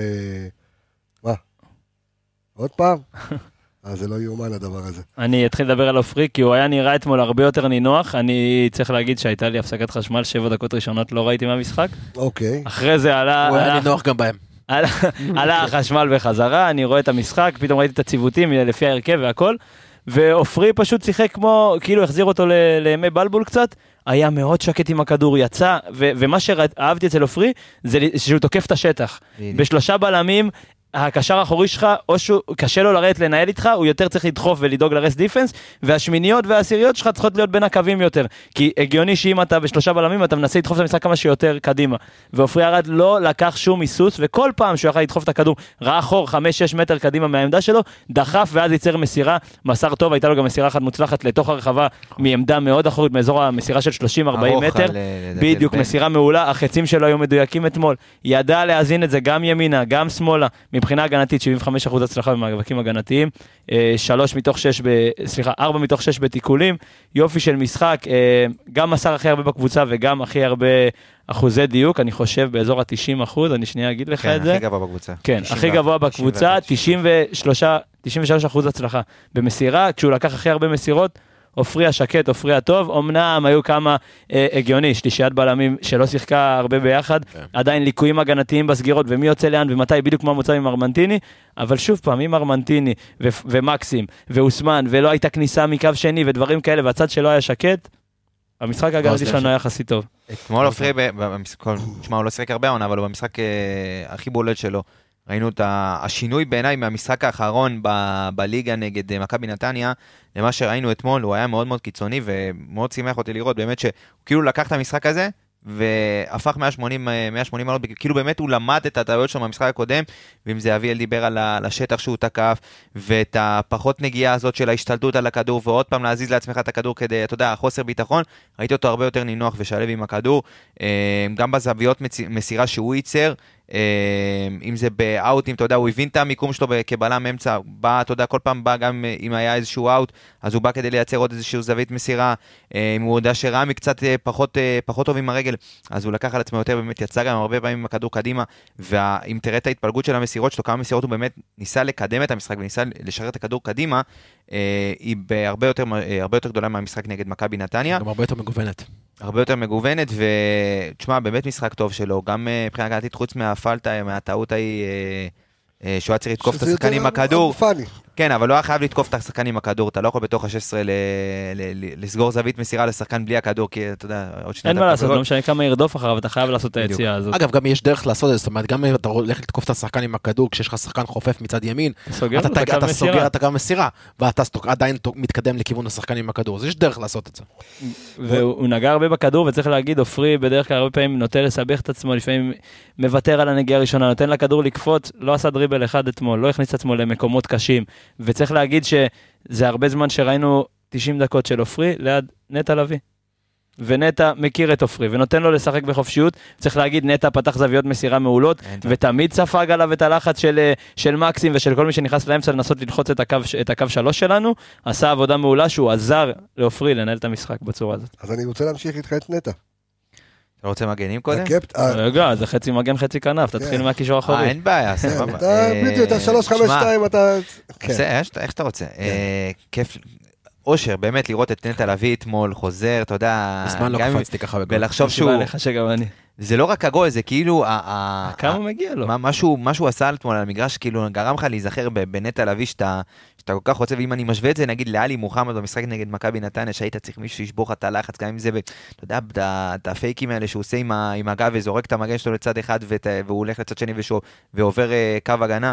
מה? עוד פעם? אז זה לא יאומן הדבר הזה. אני אתחיל לדבר על עופרי, כי הוא היה נראה אתמול הרבה יותר נינוח. אני צריך להגיד שהייתה לי הפסקת חשמל, שבע דקות ראשונות לא ראיתי מהמשחק. אוקיי. אחרי זה עלה... הוא היה נינוח גם בהם. עלה החשמל בחזרה, אני רואה את המשחק, פתאום ראיתי את הציוותים לפי ההרכב והכל, ועופרי פשוט שיחק כמו, כאילו החזיר אותו לימי בלבול קצת, היה מאוד שקט עם הכדור, יצא, ומה שאהבתי אצל עופרי, זה שהוא תוקף את השטח. בשלושה בלמים, הקשר האחורי שלך, או שהוא קשה לו לרדת לנהל איתך, הוא יותר צריך לדחוף ולדאוג לרס דיפנס, והשמיניות והעשיריות שלך צריכות להיות בין הקווים יותר, כי הגיוני שאם אתה בשלושה בלמים, אתה מנסה לדחוף את המשחק כמה שיותר קדימה, ועופרי ארד לא לקח שום מיסוס, וכל פעם שהוא יכל לדחוף את הכדור, ראה חור חמש שש מטר קדימה מהעמדה שלו, דחף ואז ייצר מסירה, מסר טוב, הייתה לו גם מסירה אחת מוצלחת לתוך הרחבה, מעמדה מאוד אחורית, מאזור המסירה של שלושים ארבעים מטר, בדיוק מסירה מעולה, החצים שלו היו מדויקים אתמול, ידע להזין את זה גם ימינה, גם שמאלה, מבחינה הגנתית, שבעים וחמישה אחוז הצלחה במאבקים הגנתיים, שלוש מתוך שש, סליחה, ארבע מתוך שש בתיקולים, יופי של משחק, גם מסר הכי הרבה בקבוצה וגם הכי הרבה אחוזי דיוק, אני חושב באזור ה-תשעים אחוז, אני שנייה אגיד לך את זה. כן, הכי גבוה בקבוצה. כן, הכי גבוה בקבוצה, תשעים ושלושה אחוז הצלחה במסירה, כשהוא לקח הכי הרבה מסירות, עופרי השקט, עופרי הטוב, אמנם היו כמה אה, הגיוני, שלישיית בלמים שלא שיחקה הרבה ביחד, okay. עדיין ליקויים הגנתיים בסגירות, ומי יוצא לאן ומתי, בדיוק כמו המוצא עם ארמנטיני, אבל שוב פעם, עם ארמנטיני ו- ומקסים ואוסמן, ולא הייתה כניסה מקו שני ודברים כאלה, והצד שלא היה שקט, המשחק הגנתי שלנו היה יחסית טוב. אתמול עופרי, תשמע, הוא לא שיחק הרבה עונה, אבל הוא במשחק הכי בולט שלו, ראינו את השינוי בעיניי מהמשחק האחרון ב- בליגה נגד מכבי נתניה, למה שראינו אתמול, הוא היה מאוד מאוד קיצוני, ומאוד שימח אותי לראות, באמת שהוא כאילו לקח את המשחק הזה, והפך מאה ושמונים מעלות, כאילו באמת הוא למד את הטעויות שלו מהמשחק הקודם, ואם זה אביאל דיבר על השטח שהוא תקף, ואת הפחות נגיעה הזאת של ההשתלטות על הכדור, ועוד פעם להזיז לעצמך את הכדור כדי, אתה יודע, חוסר ביטחון, ראיתי אותו הרבה יותר נינוח ושלב עם הכדור, גם בזוויות מסירה שהוא ייצר, אם זה באוטים, אתה יודע, הוא הבין את המיקום שלו כבלם אמצע, בא, אתה יודע, כל פעם בא גם אם היה איזשהו אוט, אז הוא בא כדי לייצר עוד איזשהו זווית מסירה, אם הוא יודע שרמי קצת פחות, פחות טוב עם הרגל, אז הוא לקח על עצמו יותר, באמת יצא גם הרבה פעמים עם הכדור קדימה, ואם תראה את ההתפלגות של המסירות שלו, כמה מסירות הוא באמת ניסה לקדם את המשחק, וניסה לשרת את הכדור קדימה, היא בהרבה יותר, הרבה יותר גדולה מהמשחק נגד מכבי נתניה. גם הרבה יותר מגוונת. הרבה יותר מגוונת, ותשמע, באמת משחק טוב שלו, גם מבחינה הגנתית חוץ מהפלטה, מהטעות ההיא, שהוא היה צריך לתקוף את השחקן עם הכדור. כן, אבל לא היה חייב לתקוף את השחקן עם הכדור, אתה לא יכול בתוך ה-שש עשרה לסגור זווית מסירה לשחקן בלי הכדור, כי אתה יודע, עוד שנייה... אין מה לעשות, לא משנה כמה ירדוף אחריו, אתה חייב לעשות את היציאה הזאת. אגב, גם יש דרך לעשות את זה, זאת אומרת, גם אם אתה הולך לתקוף את השחקן עם הכדור, כשיש לך שחקן חופף מצד ימין, אתה סוגר את הקו מסירה, ואתה עדיין מתקדם לכיוון השחקן עם הכדור, אז יש דרך לעשות את זה. והוא נגע הרבה בכדור, וצריך להגיד, עופרי בדרך כלל הרבה פעמים נוטה לסבך את עצמו, לפעמים מוותר על הנגיעה הראשונה, נותן לכדור לקפוץ, לא עשה דריבל אחד אתמול, לא הכניס עצמו למקומות קשים, וצריך להגיד שזה הרבה זמן שראינו תשעים דקות של עופרי ליד נטע לביא. ונטע מכיר את עופרי, ונותן לו לשחק בחופשיות. צריך להגיד, נטע פתח זוויות מסירה מעולות, ותמיד ספג עליו את הלחץ של, של מקסים, ושל כל מי שנכנס לאמצע לנסות ללחוץ את הקו, את הקו שלוש שלנו. עשה עבודה מעולה שהוא עזר לעופרי לנהל את המשחק בצורה הזאת. אז אני רוצה להמשיך איתך את נטע. אתה רוצה מגנים קודם? רגע, זה חצי מגן, חצי כנף, תתחיל מהקישור האחורי. אה, אין בעיה, סבבה. בדיוק, אתה שלוש חמש שתיים, אתה... איך שאתה רוצה. כיף, אושר, באמת לראות את נטע לביא אתמול, חוזר, אתה יודע... בזמן לא קפצתי ככה בגול. ולחשוב שהוא... שגם אני. זה לא רק הגול, זה כאילו... כמה מגיע לו? מה שהוא עשה אתמול על המגרש, כאילו גרם לך להיזכר בנטע לביא שאתה כל כך רוצה, ואם אני משווה את זה, נגיד לאלי מוחמד במשחק נגד מכבי נתניה, שהיית צריך מישהו שישבור לך את הלחץ, גם אם זה, אתה יודע, את הפייקים האלה שהוא עושה עם הגב וזורק את המגן שלו לצד אחד, והוא הולך לצד שני ועובר קו הגנה.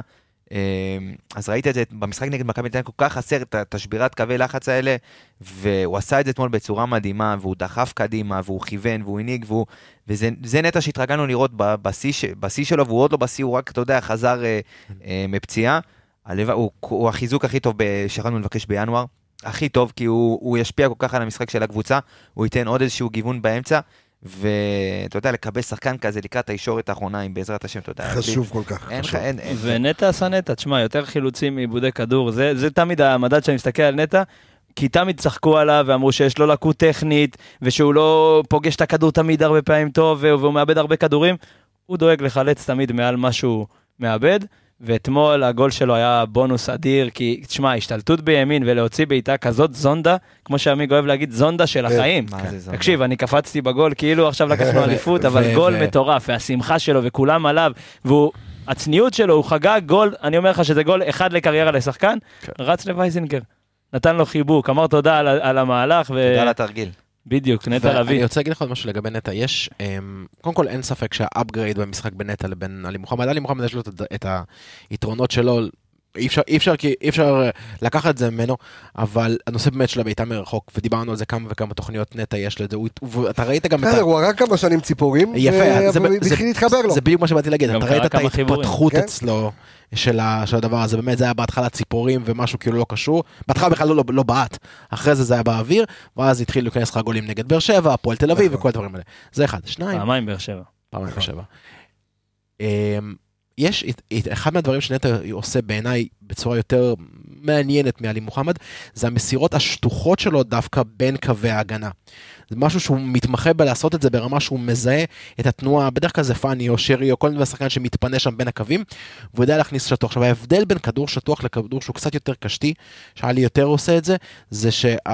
אז ראית את זה במשחק נגד מכבי נתניה, כל כך חסר את השבירת קווי לחץ האלה, והוא עשה את זה אתמול בצורה מדהימה, והוא דחף קדימה, והוא כיוון, והוא הניג, והוא, וזה נטע שהתרגלנו לראות בשיא שלו, והוא עוד לא בשיא, הוא רק, אתה יודע, חזר מפציעה. הוא, הוא החיזוק הכי טוב שיכולנו לבקש בינואר, הכי טוב, כי הוא, הוא ישפיע כל כך על המשחק של הקבוצה, הוא ייתן עוד איזשהו גיוון באמצע, ואתה יודע, לקבל שחקן כזה לקראת הישורת האחרונה, עם בעזרת השם, אתה יודע. חשוב כל כך. אין, חשוב. אין, אין, ונטע עשה נטע, תשמע, יותר חילוצים מעיבודי כדור, זה, זה תמיד המדד שאני מסתכל על נטע, כי תמיד צחקו עליו ואמרו שיש לו לקות טכנית, ושהוא לא פוגש את הכדור תמיד הרבה פעמים טוב, והוא מאבד הרבה כדורים, הוא דואג לחלץ תמיד מעל מה שהוא מאבד, ואתמול הגול שלו היה בונוס אדיר, כי תשמע, השתלטות בימין ולהוציא בעיטה כזאת זונדה, כמו שעמיג אוהב להגיד, זונדה של החיים. תקשיב, אני קפצתי בגול, כאילו עכשיו לקחנו אליפות, אבל גול מטורף, והשמחה שלו וכולם עליו, והצניעות שלו, הוא חגג גול, אני אומר לך שזה גול אחד לקריירה לשחקן, רץ לווייזינגר, נתן לו חיבוק, אמר תודה על המהלך. תודה על התרגיל. בדיוק, נטע לביא. אני רוצה להגיד לך עוד משהו לגבי נטע, יש, קודם כל אין ספק שהאפגרייד במשחק בין נטע לבין עלי מוחמד, עלי מוחמד יש לו את היתרונות שלו, אי אפשר, אי אפשר, אי אפשר לקחת את זה ממנו, אבל הנושא באמת של הביתה מרחוק, ודיברנו על זה כמה וכמה תוכניות נטע יש לזה, אתה ראית גם את ה... הוא הרג כמה שנים ציפורים, והתחיל להתחבר לו. זה בדיוק מה שבאתי להגיד, אתה ראית את ההתפתחות אצלו, של הדבר הזה, באמת זה היה בהתחלה ציפורים ומשהו כאילו לא קשור, בהתחלה בכלל לא, לא בעט, אחרי זה זה היה באוויר, ואז התחיל להיכנס לך גולים נגד באר שבע, הפועל תל אביב וכל הדברים האלה. זה אחד, שניים. פעמיים באר שבע. פעמיים באר שבע. יש, אחד מהדברים שנטע עושה בעיניי בצורה יותר מעניינת מעלי מוחמד, זה המסירות השטוחות שלו דווקא בין קווי ההגנה. זה משהו שהוא מתמחה בלעשות את זה ברמה שהוא מזהה את התנועה, בדרך כלל זה פאני או שרי או כל מיני שחקן שמתפנה שם בין הקווים, והוא יודע להכניס שטוח. עכשיו ההבדל בין כדור שטוח לכדור שהוא קצת יותר קשתי, שעלי יותר עושה את זה, זה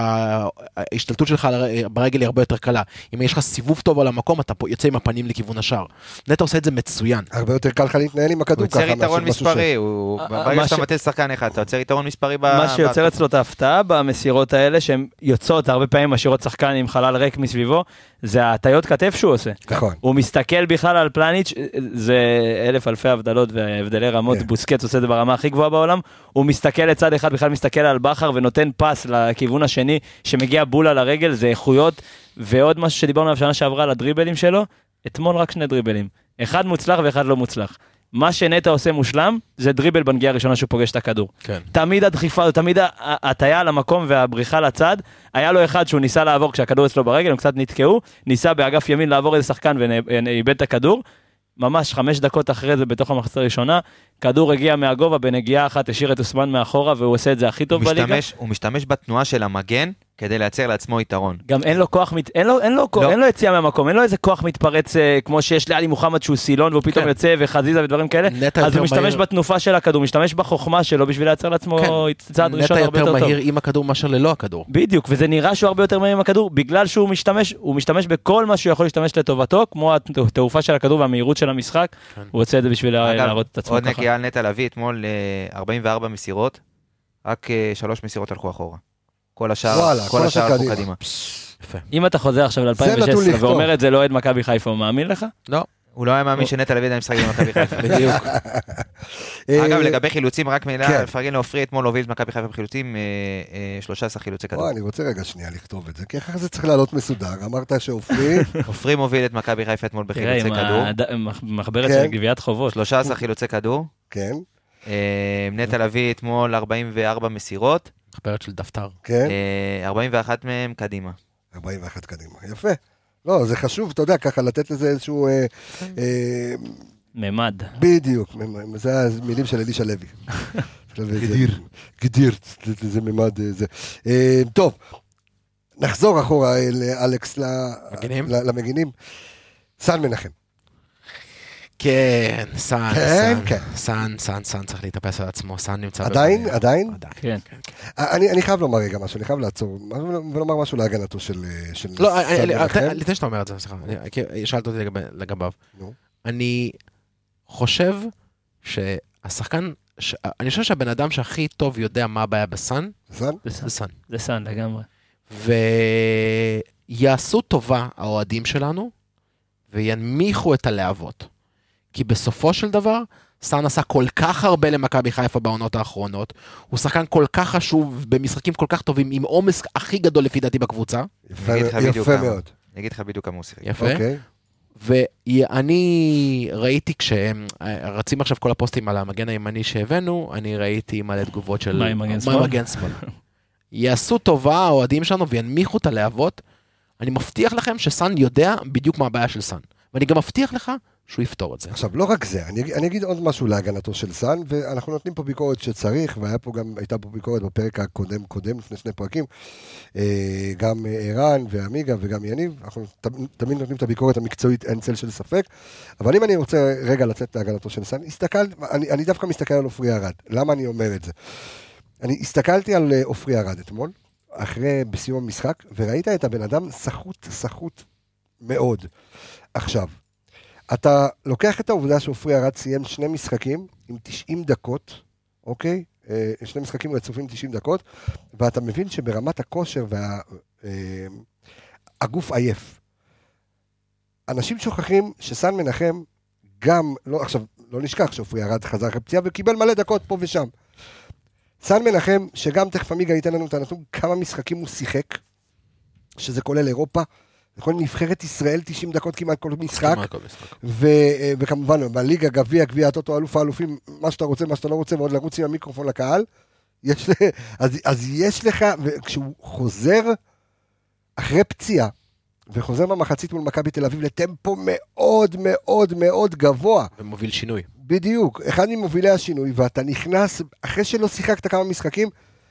שההשתלטות שלך ברגל היא הרבה יותר קלה. אם יש לך סיבוב טוב על המקום, אתה יוצא עם הפנים לכיוון השער. נטע עושה את זה מצוין. הרבה יותר קל לך להתנהל עם הכדור ככה. הוא יוצר יתרון מספרי, ברגע שאתה מטל שחקן אחד, אתה יוצר יתרון מספרי. מה שיוצר אצלו את ההפתעה במסירות האלה, שהן יוצאות הרבה פעמים משאירות שחקן עם חלל ריק מסביבו, זה ההטיות כתף שהוא עושה. נכון. הוא מסתכל בכלל על פלניץ', זה אלף אלפי הבדלות והבדלי רמות, בוסקץ עושה את זה ברמה הכי גבוהה בעולם, הוא מסתכל לצד אחד, בכלל מסתכל על בחר ונותן פס לכיוון השני, שמגיע בולה לרגל, זה איכויות, ועוד משהו שדיברנו עליו שנה שעברה על הדריבלים שלו, אתמול רק שני דריבלים. אחד מוצלח ואחד לא מוצלח. מה שנטע עושה מושלם, זה דריבל בנגיעה הראשונה שהוא פוגש את הכדור. כן. תמיד הדחיפה, תמיד ההטיה למקום והבריחה לצד, היה לו אחד שהוא ניסה לעבור כשהכדור אצלו ברגל, הם קצת נתקעו, ניסה באגף ימין לעבור איזה שחקן ואיבד את הכדור, ממש חמש דקות אחרי זה בתוך המחצית הראשונה, כדור הגיע מהגובה בנגיעה אחת, השאיר את אוסמן מאחורה, והוא עושה את זה הכי טוב בליגה. הוא משתמש בתנועה של המגן, כדי לייצר לעצמו יתרון. גם אין לו כוח, אין לו, אין לו, לא. אין לו יציאה מהמקום, אין לו איזה כוח מתפרץ, כמו שיש לעלי מוחמד שהוא סילון, והוא פתאום כן. יוצא וחזיזה ודברים כאלה, אז הוא משתמש מהיר... בתנופה של הכדור, משתמש בחוכמה שלו, בשביל לייצר לעצמו כן. צעד ראשון הרבה יותר טוב. נטע יותר מהיר עם הכדור מאשר ללא הכדור. בדיוק, וזה נראה שהוא הרבה יותר מהיר עם הכדור, בגלל שהוא משתמש, הוא משתמש בכל מה שהוא יכול להשתמש לטובתו, כמו התעופה של הכדור והמהירות של המשחק, כן. הוא עושה את זה בשביל להראות את עצמו ככה. עוד נגיעה על נטע לביא, אתמול ארבעים וארבע מסירות, רק שלוש מסירות הלכו אחורה. כל השאר, כל השאר הלכו קדימה. אם אתה חוזר עכשיו ל-אלפיים ושש עשרה ואומר את זה לא אוהד מכבי חיפה, הוא מאמין לך? לא. הוא לא היה מאמין שנטע לביא משחק עם מכבי חיפה. בדיוק. אגב, לגבי חילוצים, רק מילה, פרגן לעופרי אתמול הוביל את מכבי חיפה בחילוצים, שלושה עשר חילוצי כדור. אני רוצה רגע שנייה לכתוב את זה, כי אחר זה צריך לעלות מסודר. אמרת שעופרי... עופרי מוביל את מכבי חיפה אתמול בחילוצי כדור. מחברת של גביית חובות. שלושה עשר חילוצי כדור. כן. נטע לביא אתמול ארבעים וארבע מסירות. מחברת של דפתר. כן. ארבעים ואחת מהם קדימה. ארבעים ואחת קדימה, יפה. לא, זה חשוב, אתה יודע, ככה לתת לזה איזשהו... אה, אה, ממד. בדיוק, זה המילים של אלישע לוי. גדיר. גדיר, זה ממד, זה. אה, טוב, נחזור אחורה אל אלכס למגינים. סן מנחם. כן, סן, כן, סן, כן. סן, סן, סן צריך להתאפס על עצמו, סן נמצא... עדיין? בבעיה. עדיין? עדיין, כן. כן, כן. אני, אני חייב לומר רגע משהו, אני חייב לעצור ולומר משהו להגנתו של, של לא, סן אני- מנחם. אני- לפני שאתה אומר את זה, סליחה, אני- כי שאלת אותי לגבי- לגביו. נו. אני חושב שהשחקן, ש- אני חושב שהבן אדם שהכי טוב יודע מה הבעיה בסן, סן? זה סן. זה סן. זה סן לגמרי. ויעשו טובה האוהדים שלנו, וינמיכו את הלהבות. כי בסופו של דבר, סן עשה כל כך הרבה למכבי חיפה בעונות האחרונות, הוא שחקן כל כך חשוב, במשחקים כל כך טובים, עם עומס הכי גדול לפי דעתי בקבוצה. יפה, אני אגיד לך בדיוק יפה כמה. מאוד. אני אגיד לך בדיוק כמה הוא שיחק. יפה. אוקיי. ואני ראיתי כשהם רצים עכשיו כל הפוסטים על המגן הימני שהבאנו, אני ראיתי מלא תגובות של מה עם מגן מה שמאל? עם מגן שמאל. יעשו טובה האוהדים שלנו וינמיכו את הלהבות. אני מבטיח לכם שסן יודע בדיוק מה הבעיה של סן. ואני גם מבטיח לך שהוא יפתור את זה. עכשיו, לא רק זה, אני, אגיד- אני אגיד עוד משהו להגנתו של סן, ואנחנו נותנים פה ביקורת שצריך, והיה פה גם, הייתה פה ביקורת בפרק הקודם, קודם, לפני שני פרקים, אה, גם ערן ועמיגה וגם יניב, אנחנו ת- תמיד נותנים את הביקורת המקצועית, אין צל של ספק, אבל אם אני רוצה רגע לצאת להגנתו של סן, הסתכל, אני, אני דווקא מסתכל על אופרי ארד, למה אני אומר את זה? אני הסתכלתי על אה, אופרי ארד אתמול, אחרי, בסיום המשחק, וראית את הבן אדם סחוט, סחוט מאוד. עכשיו, אתה לוקח את העובדה שאופרי ארד סיים שני משחקים עם תשעים דקות, אוקיי? אה, שני משחקים רצופים תשעים דקות, ואתה מבין שברמת הכושר והגוף עייף. אנשים שוכחים שסן מנחם גם, לא, עכשיו, לא נשכח שאופרי ארד חזר אחרי פציעה וקיבל מלא דקות פה ושם. סן מנחם, שגם תכף עמיגה ייתן לנו את הנתון, כמה משחקים הוא שיחק, שזה כולל אירופה, זה כולל נבחרת ישראל תשעים דקות כמעט כל משחק, כמעט כל משחק. ו, וכמובן, בליגה, גביע, גביע, הטוטו, אלוף האלופים, מה שאתה רוצה, מה שאתה לא רוצה, ועוד לרוץ עם המיקרופון לקהל, יש, אז, אז יש לך, וכשהוא חוזר אחרי פציעה, וחוזר במחצית מול מכבי תל אביב לטמפו מאוד מאוד מאוד גבוה, ומוביל שינוי. בדיוק, אחד ממובילי השינוי, ואתה נכנס, אחרי שלא שיחקת כמה משחקים,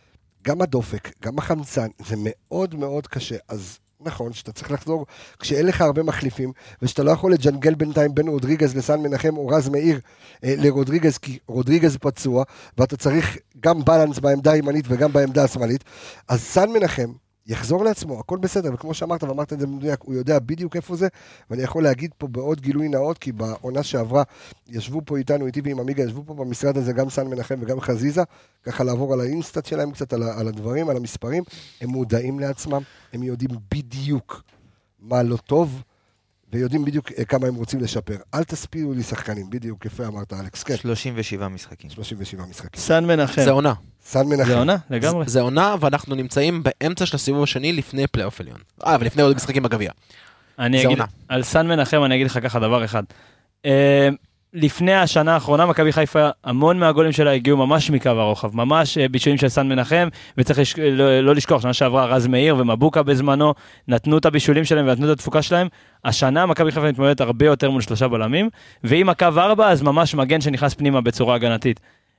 גם הדופק, גם החמצן, זה מאוד מאוד קשה, אז נכון, שאתה צריך לחזור, כשאין לך הרבה מחליפים, ושאתה לא יכול לג'נגל בינתיים בין רודריגז לסן מנחם, או רז מאיר אה, לרודריגז, כי רודריגז פצוע, ואתה צריך גם בלנס בעמדה הימנית וגם בעמדה השמאלית, אז סן מנחם יחזור לעצמו, הכל בסדר, וכמו שאמרת, ואמרת את זה במדויק, הוא יודע בדיוק איפה זה, ואני יכול להגיד פה בעוד גילוי נאות, כי בעונה שעברה, ישבו פה איתנו, איתי ועם עמיגה, ישבו פה במשרד הזה, גם סן מנחם וגם חזיזה, ככה לעבור על האינסטאט שלהם קצת, על, על הדברים, על המספרים, הם מודעים לעצמם, הם יודעים בדיוק מה לא טוב, ויודעים בדיוק כמה הם רוצים לשפר. אל תספירו לי שחקנים, בדיוק, יפה אמרת אלכס, כן, שלושים ושבעה משחקים. שלושים ושבעה משחקים. סן מנחם. זה עונה. סן מנחם. זה עונה, לגמרי. זה עונה, ואנחנו נמצאים באמצע של הסיבוב השני לפני פלייאוף עליון. אה, ולפני עוד משחקים בגביע. אני זה אגיד, עונה. על סן מנחם אני אגיד לך ככה דבר אחד. אה, לפני השנה האחרונה, מכבי חיפה, המון מהגולים שלה הגיעו ממש מקו הרוחב, ממש אה, בישולים של סן מנחם, וצריך לש... לא, לא לשכוח, שנה שעברה רז מאיר ומבוקה בזמנו, נתנו את הבישולים שלהם ונתנו את התפוקה שלהם. השנה מכבי חיפה מתמודדת הרבה יותר מול שלושה בלמים, ועם הקו ארבע, אז ממש מגן שנכנס פנימה בצורה הגנתית.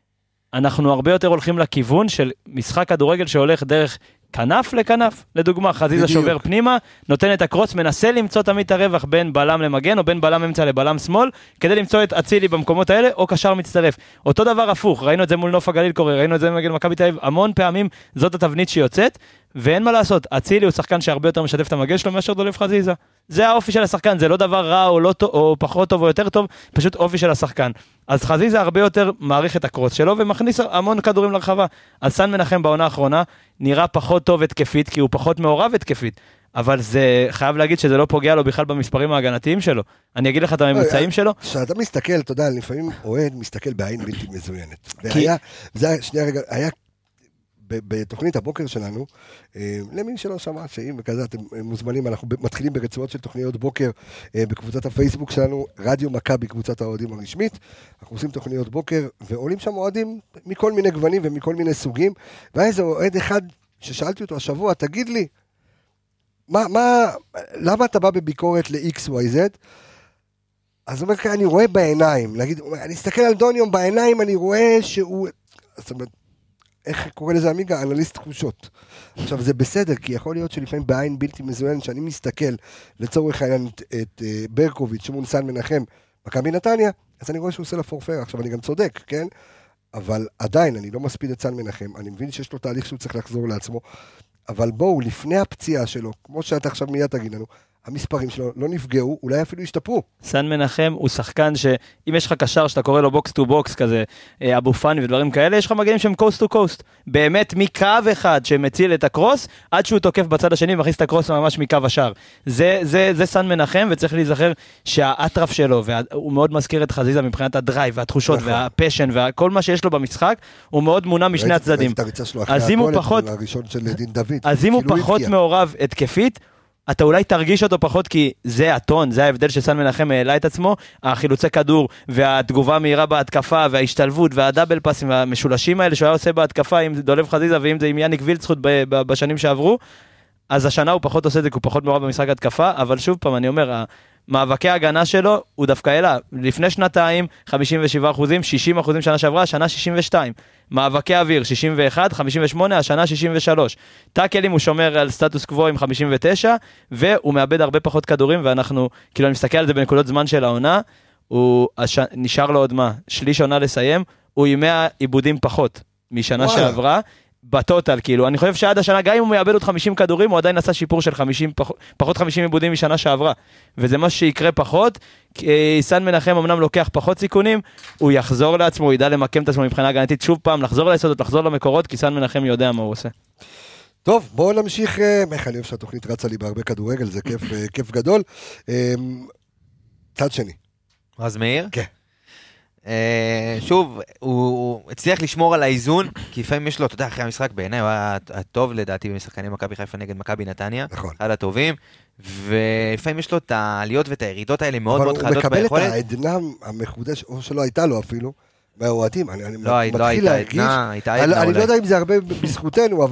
אנחנו הרבה יותר הולכים לכיוון של משחק כדורגל שהולך דרך כנף לכנף, לדוגמה, חזיזה בדיוק. שובר פנימה, נותן את הקרוץ, מנסה למצוא תמיד את הרווח בין בלם למגן, או בין בלם אמצע לבלם שמאל, כדי למצוא את אצילי במקומות האלה, או קשר מצטרף. אותו דבר הפוך, ראינו את זה מול נוף הגליל קורה, ראינו את זה נגד מכבי תל אביב, המון פעמים זאת התבנית שיוצאת, ואין מה לעשות, אצילי הוא שחקן שהרבה יותר משתף את המגן שלו מאשר דולב חזיזה. זה האופי של השחקן, זה לא דבר רע או, לא, או פחות טוב או יותר טוב, פשוט אופי של השחקן. אז חזיזה הרבה יותר מעריך את הקרוץ שלו ומכניס המון כדורים לרחבה. אז סן מנחם בעונה האחרונה נראה פחות טוב התקפית, כי הוא פחות מעורב התקפית, אבל זה חייב להגיד שזה לא פוגע לו בכלל במספרים ההגנתיים שלו. אני אגיד לך את הממוצעים שלו. כשאתה מסתכל, אתה יודע, לפעמים אוהד מסתכל בעין בלתי מזוינת. כי- והיה, זה היה, שנייה רגע, היה ב- בתוכנית הבוקר שלנו, אה, למי שלא שמע, שאם וכזה אתם מוזמנים, אנחנו ב- מתחילים ברצועות של תוכניות בוקר אה, בקבוצת הפייסבוק שלנו, רדיו מכבי, קבוצת האוהדים הרשמית. אנחנו עושים תוכניות בוקר, ועולים שם אוהדים מכל מיני גוונים ומכל מיני סוגים, והיה איזה אוהד אחד ששאלתי אותו השבוע, תגיד לי, מה, מה, למה אתה בא בביקורת ל-X Y Z? אז הוא אומר, אני רואה בעיניים, להגיד, אני אסתכל על דוניום בעיניים, אני רואה שהוא, זאת אומרת, איך קורא לזה עמיגה? אנליסט תחושות. עכשיו, זה בסדר, כי יכול להיות שלפעמים בעין בלתי מזוין, שאני מסתכל לצורך העניין את, את ברקוביץ', שמעון סן מנחם, מכבי נתניה, אז אני רואה שהוא עושה לפורפר, עכשיו אני גם צודק, כן? אבל עדיין, אני לא מספיד את סן מנחם, אני מבין שיש לו תהליך שהוא צריך לחזור לעצמו, אבל בואו, לפני הפציעה שלו, כמו שאתה עכשיו מיד תגיד לנו, המספרים שלו לא נפגעו, אולי אפילו השתפרו. סן מנחם הוא שחקן שאם יש לך קשר שאתה קורא לו בוקס טו בוקס כזה, אבו פאני ודברים כאלה, יש לך מגנים שהם קוסט טו קוסט. באמת מקו אחד שמציל את הקרוס, עד שהוא תוקף בצד השני ומכניס את הקרוס ממש מקו השאר. זה, זה, זה סן מנחם, וצריך להיזכר שהאטרף שלו, והוא מאוד מזכיר את חזיזה מבחינת הדרייב והתחושות נכון. והפשן וכל מה שיש לו במשחק, הוא מאוד מונע משני הצדדים. אז אם הוא פחות, אז אם הוא פחות מעורב התקפית, אתה אולי תרגיש אותו פחות, כי זה הטון, זה ההבדל שסן מנחם העלה את עצמו, החילוצי כדור, והתגובה מהירה בהתקפה, וההשתלבות, והדאבל פאסים, והמשולשים האלה שהוא היה עושה בהתקפה עם דולב חזיזה, ואם זה עם יניק וילצחוט בשנים שעברו, אז השנה הוא פחות עושה את זה, כי הוא פחות מעורב במשחק התקפה, אבל שוב פעם, אני אומר, מאבקי ההגנה שלו, הוא דווקא העלה, לפני שנתיים, חמישים ושבעה אחוזים, שישים אחוזים שנה שעברה, השנה שישים ושתיים. מאבקי אוויר, שישים ואחת, חמישים ושמונה, השנה שישים ושלוש. טאקלים הוא שומר על סטטוס קוו עם חמישים ותשע, והוא מאבד הרבה פחות כדורים, ואנחנו, כאילו אני מסתכל על זה בנקודות זמן של העונה, הוא הש... נשאר לו עוד מה, שליש עונה לסיים, הוא עם מאה עיבודים פחות משנה וואלה. שעברה, בטוטל, כאילו, אני חושב שעד השנה, גם אם הוא מאבד עוד חמישים כדורים, הוא עדיין עשה שיפור של חמישים, פח, פחות חמישים עיבודים משנה שעברה. וזה מה שיקרה פחות, כי סן מנחם אמנם לוקח פחות סיכונים, הוא יחזור לעצמו, הוא ידע למקם את עצמו מבחינה הגנתית, שוב פעם, לחזור ליסודות, לחזור למקורות, כי סן מנחם יודע מה הוא עושה. טוב, בואו נמשיך, איך אני אוהב שהתוכנית רצה לי בהרבה כדורגל, זה כיף, כיף גדול. צד שני. רז מאיר? כן. שוב, הוא הצליח לשמור על האיזון, כי לפעמים יש לו, אתה יודע, אחרי המשחק בעיניי, הוא היה טוב לדעתי במשחקנים מכבי חיפה נגד מכבי נתניה, אחד הטובים, ולפעמים יש לו את העליות ואת הירידות האלה מאוד מאוד חדות ביכולת. אבל הוא מקבל את העדנה המחודש, או שלא הייתה לו אפילו, מהאוהדים, אני מתחיל להרגיש, אני לא יודע אם זה הרבה בזכותנו,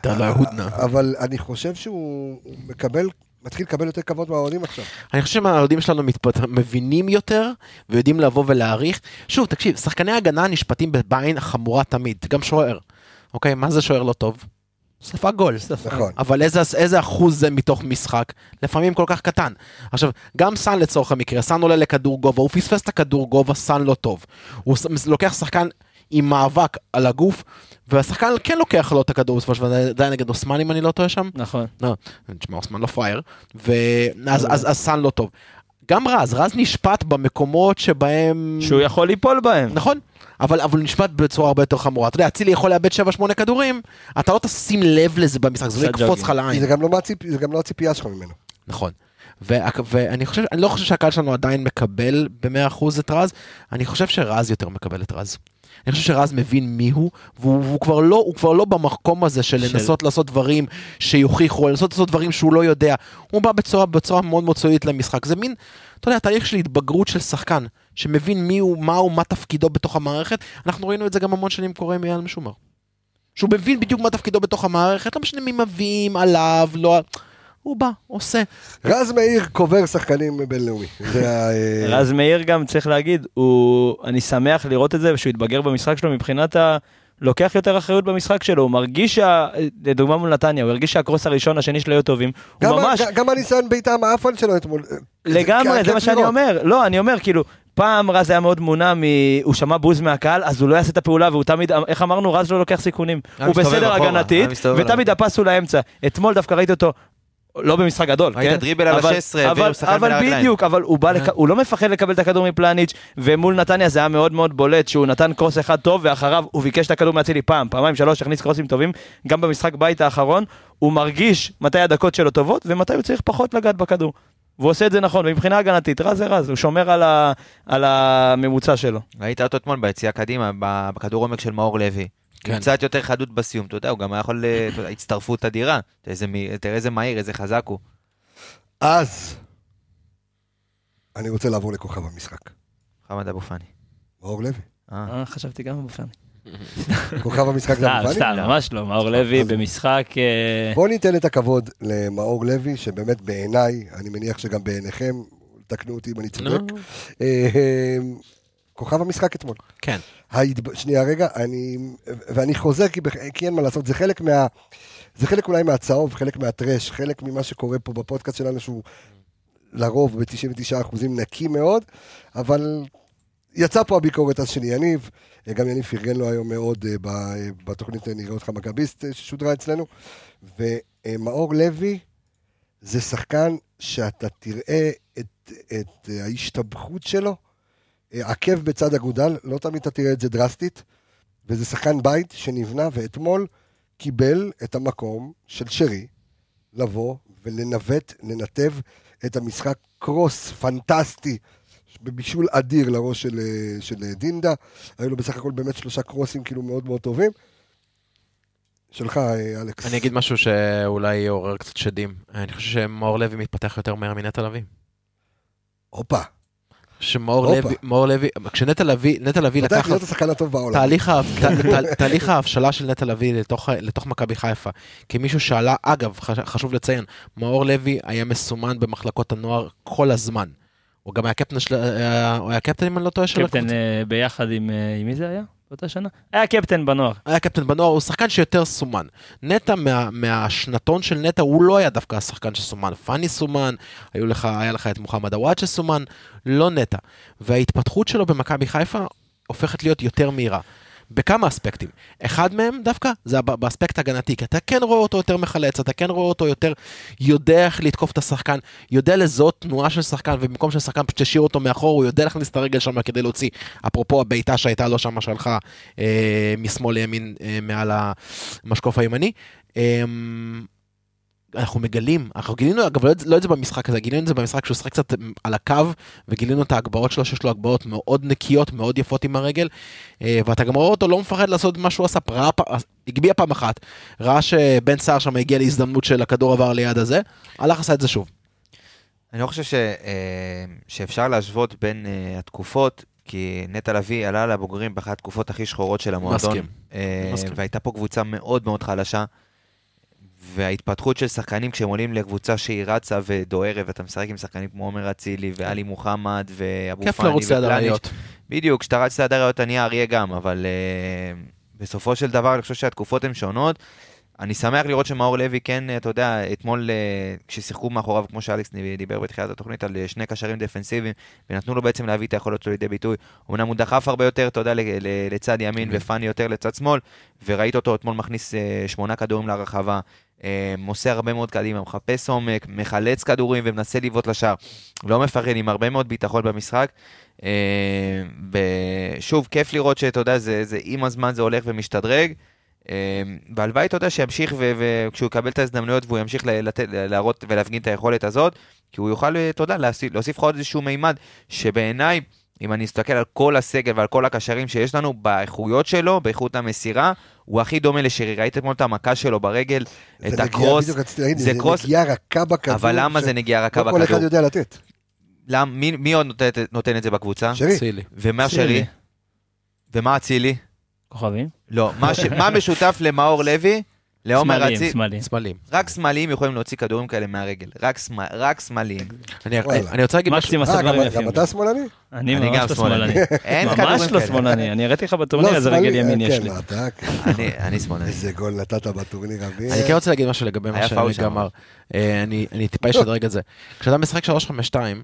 אבל אני חושב שהוא מקבל, מתחיל לקבל יותר כבוד מהאוהדים עכשיו. אני חושב שהאוהדים שלנו מבינים יותר, ויודעים לבוא ולהעריך. שוב, תקשיב, שחקני ההגנה נשפטים בעין חמורה תמיד, גם שוער. אוקיי, מה זה שוער לא טוב? ספק גול. נכון. אבל איזה, איזה אחוז זה מתוך משחק? לפעמים כל כך קטן. עכשיו, גם סן לצורך המקרה, סן עולה לכדור גובה, הוא פספס את הכדור גובה, סן לא טוב. הוא לוקח שחקן עם מאבק על הגוף, והשחקן כן לוקח לו את הכדור בסופו של דבר, די נגד אוסמן אם אני לא טועה שם. נכון. לא, תשמע, אוסמן לא פייר, ואז אז, אז סן לא טוב. גם רז, רז נשפט במקומות שבהם... שהוא יכול ליפול בהם. נכון, אבל, אבל נשפט בצורה הרבה יותר חמורה. אתה יודע, אצילי יכול לאבד שבע שמונה כדורים, אתה לא תשים לב לזה במשחק, זה לא יקפוץ לך לעין. זה גם לא, מהציפ, זה גם לא הציפייה שלך ממנו. נכון. ואני חושב, אני לא חושב שהקהל שלנו עדיין מקבל ב-מאה אחוז את רז, אני חושב שרז יותר מקבל את רז. אני חושב שרז מבין מי הוא, והוא, והוא כבר לא, הוא כבר לא במקום הזה של לנסות לעשות דברים שיוכיחו, לנסות לעשות דברים שהוא לא יודע. הוא בא בצורה, בצורה מאוד מוצאית למשחק. זה מין, אתה יודע, תהליך של התבגרות של שחקן, שמבין מי הוא, מה הוא, מה תפקידו בתוך המערכת. אנחנו ראינו את זה גם המון שנים קורה מיאל משומר. שהוא מבין בדיוק מה תפקידו בתוך המערכת, לא משנה מי מביאים עליו, לא... הוא בא, עושה. רז מאיר קובר שחקנים בינלאומי. רז מאיר גם צריך להגיד, אני שמח לראות את זה, ושהוא יתבגר במשחק שלו מבחינת ה... לוקח יותר אחריות במשחק שלו, הוא מרגיש, לדוגמה מול נתניה, הוא הרגיש שהקרוס הראשון, השני שלו יהיו טובים. גם הניסיון ביתה המאפן שלו אתמול. לגמרי, זה מה שאני אומר. לא, אני אומר, כאילו, פעם רז היה מאוד מונע, הוא שמע בוז מהקהל, אז הוא לא יעשה את הפעולה, והוא תמיד, איך אמרנו, רז לא לוקח סיכונים. הוא בסדר הגנתית, ותמיד הפס הוא לאמצע. אתמול דווקא ראיתי אותו לא במשחק גדול, כן? היית דריבל על ה-שש עשרה, אבל בדיוק, אבל הוא לא מפחד לקבל את הכדור מפלניץ', ומול נתניה זה היה מאוד מאוד בולט, שהוא נתן קרוס אחד טוב, ואחריו הוא ביקש את הכדור מהצילי פעם, פעמיים, שלוש, הכניס קרוסים טובים, גם במשחק בית האחרון, הוא מרגיש מתי הדקות שלו טובות, ומתי הוא צריך פחות לגעת בכדור. והוא עושה את זה נכון, ומבחינה הגנתית, רז זה רז, הוא שומר על הממוצע שלו. ראית אותו אתמול ביציאה קדימה, בכדור עומק של מאור לוי. קצת יותר חדות בסיום, אתה יודע, הוא גם יכול הצטרפות אדירה, תראה איזה מהיר, איזה חזק הוא. אז, אני רוצה לעבור לכוכב המשחק. חמד אבו פאני. מאור לוי. אה, חשבתי גם אבו פאני. כוכב המשחק סתם, למובני? סתם, ממש לא, מאור לוי במשחק... בוא ניתן את הכבוד למאור לוי, שבאמת בעיניי, אני מניח שגם בעיניכם, תקנו אותי אם אני צודק, כוכב המשחק אתמול. כן. שנייה רגע, ואני חוזר, כי אין מה לעשות, זה חלק מה... זה חלק אולי מהצהוב, חלק מהטרש, חלק ממה שקורה פה בפודקאסט שלנו, שהוא לרוב ב-תשעים ותשעה אחוזים נקי מאוד, אבל יצא פה הביקורת אז שני יניב, גם יניב פרגן לו היום מאוד בתוכנית נראה אותך מכביסט ששודרה אצלנו, ומאור לוי זה שחקן שאתה תראה את, את ההשתבחות שלו, עקב בצד אגודל, לא תמיד אתה תראה את זה דרסטית, וזה שחקן בית שנבנה, ואתמול קיבל את המקום של שרי, לבוא ולנווט, לנתב את המשחק קרוס פנטסטי, בבישול אדיר לראש של, של דינדה, היו לו בסך הכל באמת שלושה קרוסים כאילו מאוד מאוד טובים. שלך, אלכס. אני אגיד משהו שאולי יעורר קצת שדים. אני חושב שמאור לוי מתפתח יותר מהר מנטע לביא. הופה. שמאור לוי, מאור לוי, כשנטע לביא, נטע לביא לקח... אתה יודע, להיות השחקן הטוב בעולם. תהליך ההבשלה של נטע לביא לתוך מכבי חיפה, כמישהו שעלה, אגב, חשוב לציין, מאור לוי היה מסומן במחלקות הנוער כל הזמן. הוא גם היה קפטן של... הוא היה קפטן, אם אני לא טועה, של הקבוצה. קפטן ביחד עם... עם מי זה היה? באותה שנה? היה קפטן בנוער. היה קפטן בנוער, הוא שחקן שיותר סומן. נטע, מה, מהשנתון של נטע, הוא לא היה דווקא השחקן שסומן. פני סומן, היו לך, היה לך את מוחמד עוואד שסומן, לא נטע. וההתפתחות שלו במכבי חיפה הופכת להיות יותר מהירה. בכמה אספקטים. אחד מהם דווקא זה באספקט הגנתי, כי אתה כן רואה אותו יותר מחלץ, אתה כן רואה אותו יותר יודע איך לתקוף את השחקן, יודע לזאת תנועה של שחקן, ובמקום שהשחקן פשוט תשאיר אותו מאחור, הוא יודע להכניס את הרגל שם כדי להוציא, אפרופו הביתה שהייתה לו שם שהלכה אה, משמאל לימין אה, מעל המשקוף הימני. אה, אנחנו מגלים, אנחנו גילינו, אגב, לא, לא את זה במשחק הזה, גילינו את זה במשחק שהוא שחק קצת על הקו, וגילינו את ההגבהות שלו, שיש לו הגבהות מאוד נקיות, מאוד יפות עם הרגל, ואתה גם רואה אותו לא מפחד לעשות מה שהוא עשה, ראה, הגביע פעם אחת, ראה שבן סער שם הגיע להזדמנות של הכדור עבר ליד הזה, הלך עשה את זה שוב. אני לא חושב ש, שאפשר להשוות בין התקופות, כי נטע לביא עלה לבוגרים באחת התקופות הכי שחורות של המועדון, מסכים. מסכים. והייתה פה קבוצה מאוד מאוד חלשה, וההתפתחות של שחקנים כשהם עולים לקבוצה שהיא רצה ודוארת, ואתה משחק עם שחקנים כמו עומר אצילי ואלי מוחמד ואבו פאני. כיף לרוץ ליד האריות. בדיוק, כשאתה רץ ליד האריות אני אריה גם, אבל uh, בסופו של דבר אני חושב שהתקופות הן שונות. אני שמח לראות שמאור לוי כן, אתה יודע, אתמול uh, כששיחקו מאחוריו, כמו שאלכס דיבר בתחילת התוכנית, על שני קשרים דפנסיביים, ונתנו לו בעצם להביא את היכולות שלו לידי ביטוי. אמנם הוא דחף הרבה יותר, אתה יודע, לצד ימין ופאני יותר לצד שמאל, וראית אותו אתמול מכניס uh, שמונה כדורים לרחבה. מוסר הרבה מאוד קדימה, מחפש עומק, מחלץ כדורים ומנסה לבעוט לשער. לא מפחד, עם הרבה מאוד ביטחון במשחק. ושוב, כיף לראות שאתה יודע, זה, זה, עם הזמן זה הולך ומשתדרג. והלוואי, אתה יודע, שימשיך וכשהוא יקבל את ההזדמנויות והוא ימשיך להראות ולהפגין את היכולת הזאת, כי הוא יוכל, אתה יודע, להוסיף לך עוד איזשהו מימד שבעיניי, אם אני אסתכל על כל הסגל ועל כל הקשרים שיש לנו, באיכויות שלו, באיכות המסירה, הוא הכי דומה לשרי. ראית אתמול את המכה שלו ברגל, את הקרוס. זה נגיעה רכה בכדור. אבל למה זה נגיעה רכה בכדור? לא כל אחד יודע לתת. מי עוד נותן את זה בקבוצה? שרי. ומה שרי? ומה אצילי? כוכבים? לא, מה משותף למאור לוי? סמלים, סמלים. סמלים. רק סמלים יכולים להוציא כדורים כאלה מהרגל. רק סמלים. אני רוצה להגיד משהו. גם אתה שמאלני? אני ממש לא שמאלני. ממש לא שמאלני. אני הראיתי לך בטורניר איזה רגל ימין יש לי. אני שמאלני. איזה גול נתת בטורניר אבי. אני כן רוצה להגיד משהו לגבי מה שאני אמר. אני טיפה אשדרג את זה. כשאתה משחק שלוש חמש שתיים,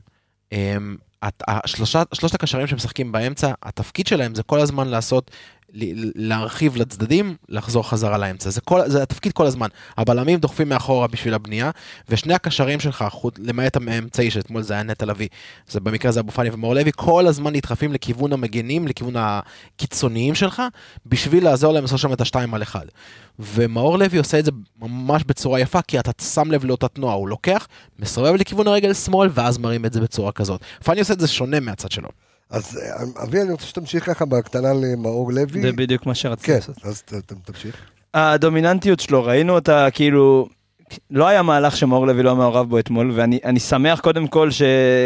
שלושת הקשרים שמשחקים באמצע, התפקיד שלהם זה כל הזמן לעשות, להרחיב לצדדים, לחזור חזרה לאמצע. זה, כל, זה התפקיד כל הזמן. הבלמים דוחפים מאחורה בשביל הבנייה, ושני הקשרים שלך, למעט האמצעי שאתמול זה היה נטע לביא, זה במקרה זה אבו פאני ומאור לוי, כל הזמן נדחפים לכיוון המגנים, לכיוון הקיצוניים שלך, בשביל לעזור להם לעשות שם את השתיים על אחד. ומאור לוי עושה את זה ממש בצורה יפה, כי אתה שם לב לאותה תנועה, הוא לוקח, מסובב לכיוון הרגל שמאל, ואז מרים את זה בצורה כזאת. פאני עושה את זה שונה מהצד שלו. אז אבי, אני רוצה שתמשיך ככה בקטנה למאור לוי. זה בדיוק מה שרציתי לעשות. כן, אז תמשיך. הדומיננטיות שלו, ראינו אותה כאילו, לא היה מהלך שמאור לוי לא מעורב בו אתמול, ואני שמח קודם כל ש...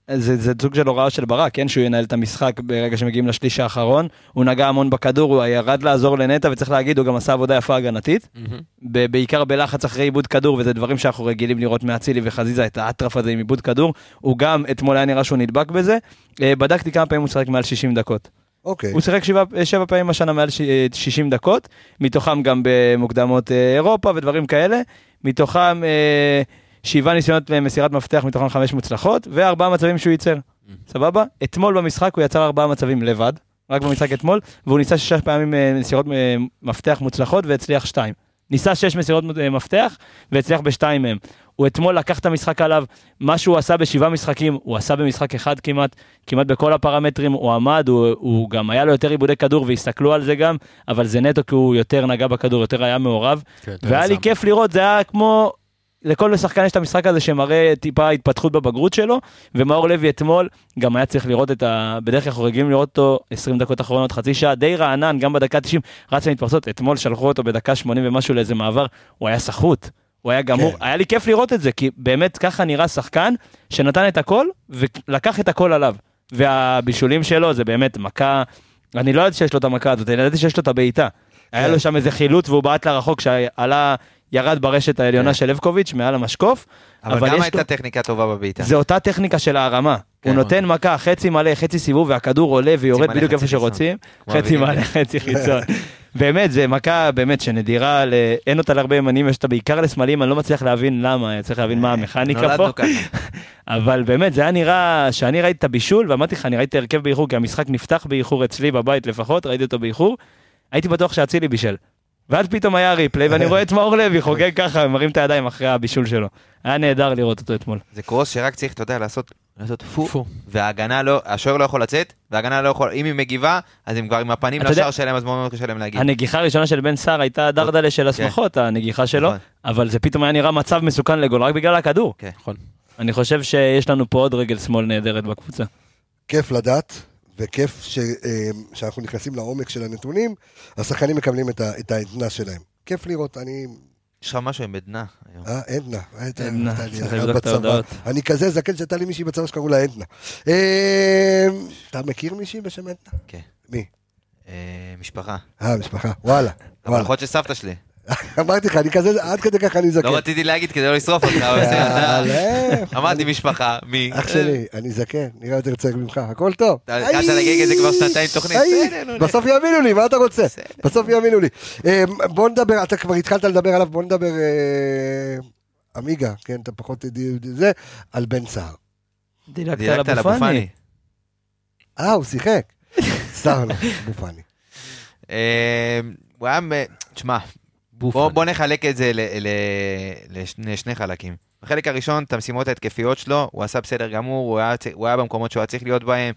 זה, זה סוג של הוראה של ברק, כן, שהוא ינהל את המשחק ברגע שמגיעים לשליש האחרון, הוא נגע המון בכדור, הוא ירד לעזור לנטע, וצריך להגיד, הוא גם עשה עבודה יפה הגנתית, ב- בעיקר בלחץ אחרי עיבוד כדור, וזה דברים שאנחנו רגילים לראות מאצילי וחזיזה, את האטרף הזה עם עיבוד כדור, הוא גם אתמול היה נראה שהוא נדבק בזה, בדקתי כמה פעמים הוא שחק מעל שישים דקות. אוקיי. הוא שיחק שבע, שבע פעמים השנה מעל שישים דקות, מתוכם גם במוקדמות אירופה ודברים כאלה, מתוכם שבעה ניסיונות מסירת מפתח, מתוכם חמש מוצלחות, וארבעה מצבים שהוא ייצר. סבבה? אתמול במשחק הוא יצר ארבעה מצבים לבד, רק במשחק אתמול, והוא ניסה שש פעמים מסירות מפתח מוצלחות והצליח שתיים. ניסה שש מסירות מפתח והצליח בשתיים מהם. הוא אתמול לקח את המשחק עליו, מה שהוא עשה בשבעה משחקים, הוא עשה במשחק אחד כמעט, כמעט בכל הפרמטרים, הוא עמד, הוא, הוא גם היה לו יותר עיבודי כדור, והסתכלו על זה גם, אבל זה נטו כי הוא יותר נגע בכדור, יותר היה מעורב, כן, והיה לי כיף לראות, זה היה כמו, לכל שחקן יש את המשחק הזה שמראה טיפה התפתחות בבגרות שלו, ומאור לוי אתמול גם היה צריך לראות את ה... בדרך כלל אנחנו רגילים לראות אותו עשרים דקות אחרונות, חצי שעה, די רענן, גם בדקה תשעים, רץ להתפרצות, אתמול שלחו אותו בדקה שמונים ומשהו לאיזה מעבר, הוא היה סחוט, הוא היה גמור, כן. היה לי כיף לראות את זה, כי באמת ככה נראה שחקן שנתן את הכל, ולקח את הכל עליו, והבישולים שלו זה באמת מכה, אני לא יודעת שיש לו את המכה הזאת, אני יודעת שיש לו את הבעיטה, כן. היה לו שם איזה חילוץ, והוא בעט לרחוק, שעלה, ירד ברשת העליונה כן. של לבקוביץ' מעל המשקוף, אבל, אבל גם הייתה לו... טכניקה טובה בבעיטה. זה אותה טכניקה של הרמה, כן. הוא נותן מכה, חצי מלא, חצי סיבוב, והכדור עולה ויורד בדיוק איפה שרוצים, חצי מלא, חצי חיצון. באמת, זה מכה באמת שנדירה, אין אותה להרבה ימנים, יש אותה בעיקר לשמאלים, אני לא מצליח להבין למה, צריך להבין מה המכניקה פה. אבל באמת, זה היה נראה, שאני ראיתי את הבישול, ואמרתי לך, אני ראיתי הרכב באיחור, כי המשחק נפתח באיחור אצלי בבית לפחות, ראיתי אותו באיחור, הייתי בטוח שאצילי בישל. ואז פתאום היה ריפלי, ואני רואה את מאור לוי, חוגג ככה, מרים את הידיים אחרי הבישול שלו. היה נהדר לראות אותו אתמול. זה קרוס שרק צריך, אתה יודע, לעשות, לעשות פו, וההגנה לא, השוער לא יכול לצאת, וההגנה לא יכול, אם היא מגיבה, אז הם כבר עם הפנים לשער שלהם, אז מאוד קשה להם להגיד. הנגיחה הראשונה של בן סער הייתה דרדלה של הסמכות, הנגיחה שלו, אבל זה פתאום היה נראה מצב מסוכן לגול, רק בגלל הכדור. אני חושב שיש לנו פה עוד רגל שמאל נהדרת בקבוצה. כיף לדעת. וכיף ש, שאנחנו נכנסים לעומק של הנתונים, השחקנים מקבלים את, ה, את העדנה שלהם. כיף לראות, אני... יש לך משהו עם עדנה היום. אה, עדנה. עדנה, צריך לבדוק את ההודעות. אני כזה זקן שהייתה לי מישהי בצבא שקראו לה עדנה. אתה מכיר מישהי בשם עדנה? כן. מי? משפחה. אה, משפחה, וואלה. אבל יכול להיות שסבתא שלי. אמרתי לך, אני כזה, עד כדי ככה אני זקן. לא רציתי להגיד כדי לא לשרוף אותך, אמרתי משפחה, מי? אח שלי, אני זקן, נראה יותר צעיר ממך, הכל טוב. אתה נגיד את זה כבר שנתיים תוכנית. בסוף יאמינו לי, מה אתה רוצה? בסוף יאמינו לי. בוא נדבר, אתה כבר התחלת לדבר עליו, בוא נדבר, אמיגה, כן, אתה פחות זה, על בן סער. דילגת על הבופני. אה, הוא שיחק. סער לא, בופני. הוא היה, תשמע, בוא, בוא נחלק את זה לשני חלקים. בחלק הראשון, את המשימות ההתקפיות שלו, הוא עשה בסדר גמור, הוא היה, הוא היה במקומות שהוא היה צריך להיות בהם.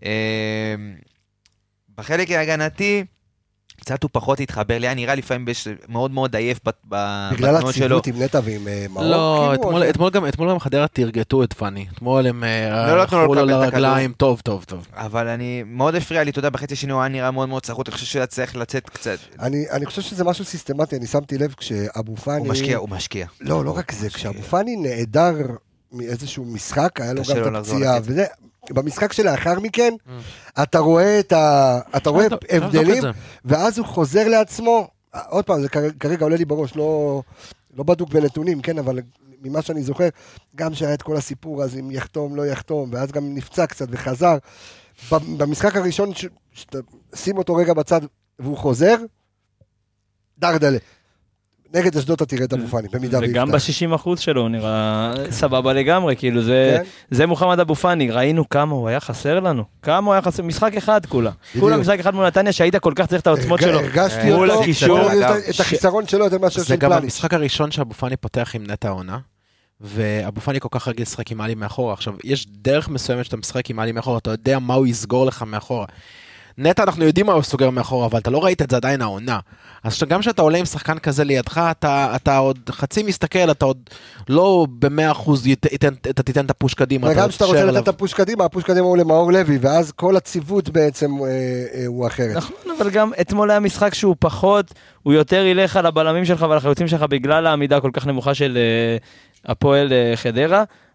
בחלק ההגנתי, קצת הוא פחות התחבר לי, היה נראה לפעמים מאוד מאוד עייף בתנועות שלו. בגלל הציבות עם נטע ועם מאור? לא, אתמול גם חדרה תרגטו את פני. אתמול הם הלכו לו לרגליים, טוב, טוב, טוב. אבל אני, מאוד הפריע לי, אתה יודע, בחצי שני הוא היה נראה מאוד מאוד צחות, אני חושב שהוא היה צריך לצאת קצת. אני חושב שזה משהו סיסטמטי, אני שמתי לב כשאבו פני... הוא משקיע, הוא משקיע. לא, לא רק זה, כשאבו פני נעדר מאיזשהו משחק, היה לו גם את הפציעה, וזה... במשחק שלאחר מכן, אתה רואה את ה... אתה רואה הבדלים, ואז הוא חוזר לעצמו, עוד פעם, זה כרגע עולה לי בראש, לא, לא בדוק בנתונים, כן, אבל ממה שאני זוכר, גם שהיה את כל הסיפור, אז אם יחתום, לא יחתום, ואז גם נפצע קצת וחזר, במשחק הראשון, שים אותו רגע בצד, והוא חוזר, דרדלה. נגד אשדוד אתה תראה את אבו פאני, במידה ויפתח. וגם ב-שישים אחוז שלו נראה סבבה לגמרי, כאילו זה, זה מוחמד אבו פאני, ראינו כמה הוא היה חסר לנו, כמה הוא היה חסר, משחק אחד כולה. כולה משחק אחד מול נתניה שהיית כל כך צריך את העוצמות שלו. הרגשתי אותו, את החיסרון שלו, יותר מאשר של פלניץ'. זה גם המשחק הראשון שאבו פאני פותח עם נטע העונה, ואבו פאני כל כך רגיל לשחק עם עלי מאחורה. עכשיו, יש דרך מסוימת שאתה משחק עם עלי מאחורה, אתה יודע מה הוא יסגור לך מאחורה. נטע, אנחנו יודעים מה הוא סוגר מאחורה, אבל אתה לא ראית את זה עדיין העונה. אז גם כשאתה עולה עם שחקן כזה לידך, אתה, אתה עוד חצי מסתכל, אתה עוד לא במאה אחוז אתה תיתן את הפוש קדימה. וגם כשאתה רוצה לתת את הפוש קדימה, הפוש קדימה הוא למאור לוי, ואז כל הציוות בעצם אה, אה, הוא אחרת. נכון, אבל גם אתמול היה משחק שהוא פחות, הוא יותר ילך על הבלמים שלך ועל החלוצים שלך, בגלל העמידה כל כך נמוכה של אה, הפועל אה, חדרה,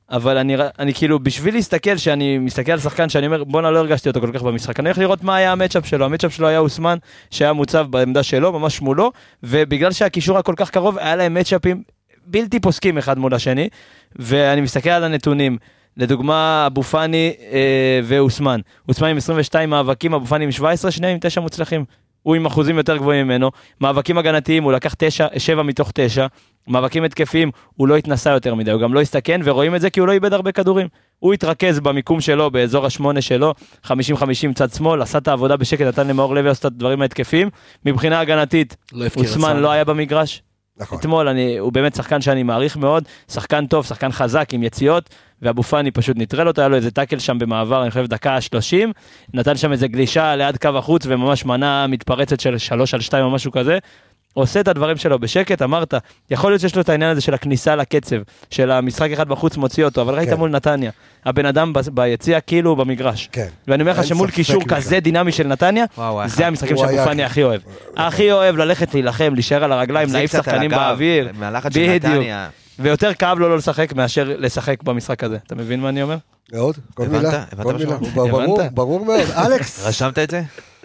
אבל אני, אני כאילו, בשביל להסתכל, שאני מסתכל על שחקן שאני אומר, בוא נא לא הרגשתי אותו כל כך במשחק, אני הולך לראות מה היה המאצ'אפ שלו, המאצ'אפ שלו היה אוסמן, שהיה מוצב בעמדה שלו, ממש מולו, ובגלל שהקישור היה כל כך קרוב, היה להם מאצ'אפים בלתי פוסקים אחד מול השני, ואני מסתכל על הנתונים, לדוגמה, אבו פאני אה, ואוסמן, אוסמן עם עשרים ושתיים מאבקים, אבו פאני עם שבע עשרה, שניהם עם תשע מוצלחים, הוא עם אחוזים יותר גבוהים ממנו, מאבקים הגנתיים, הוא לקח תשע, שבע מתוך תשע, מאבקים התקפיים, הוא לא התנסה יותר מדי, הוא גם לא הסתכן, ורואים את זה כי הוא לא איבד הרבה כדורים. הוא התרכז במיקום שלו, באזור השמונה שלו, חמישים חמישים צד שמאל, עשה את העבודה בשקט, נתן למאור לוי, עשה את הדברים ההתקפיים. מבחינה הגנתית, לא אוסמן לא היה במגרש. נכון. אתמול, אני, הוא באמת שחקן שאני מעריך מאוד, שחקן טוב, שחקן חזק עם יציאות, ואבו פאני פשוט נטרל אותו, היה לו איזה טאקל שם במעבר, אני חושב דקה שלושים, נתן שם איזה גלישה ליד קו החוץ, וממש מנה מתפרצת של שלוש על שתיים או משהו כזה, עושה את הדברים שלו בשקט, אמרת, יכול להיות שיש לו את העניין הזה של הכניסה לקצב, של המשחק אחד בחוץ מוציא אותו, אבל ראית מול נתניה, הבן אדם ביציע כאילו במגרש. ואני אומר לך שמול קישור כזה דינמי של נתניה, זה המשחקים שאבו פאני הכי אוהב. הכי אוהב ללכת להילחם, להישאר על הרגליים, להעיף שחקנים באוויר. בדיוק. ויותר כאב לו לא לשחק מאשר לשחק במשחק הזה. אתה מבין מה אני אומר? מאוד, כל מילה. הבנת מה ברור, ברור מאוד. אלכס. רשמת את זה?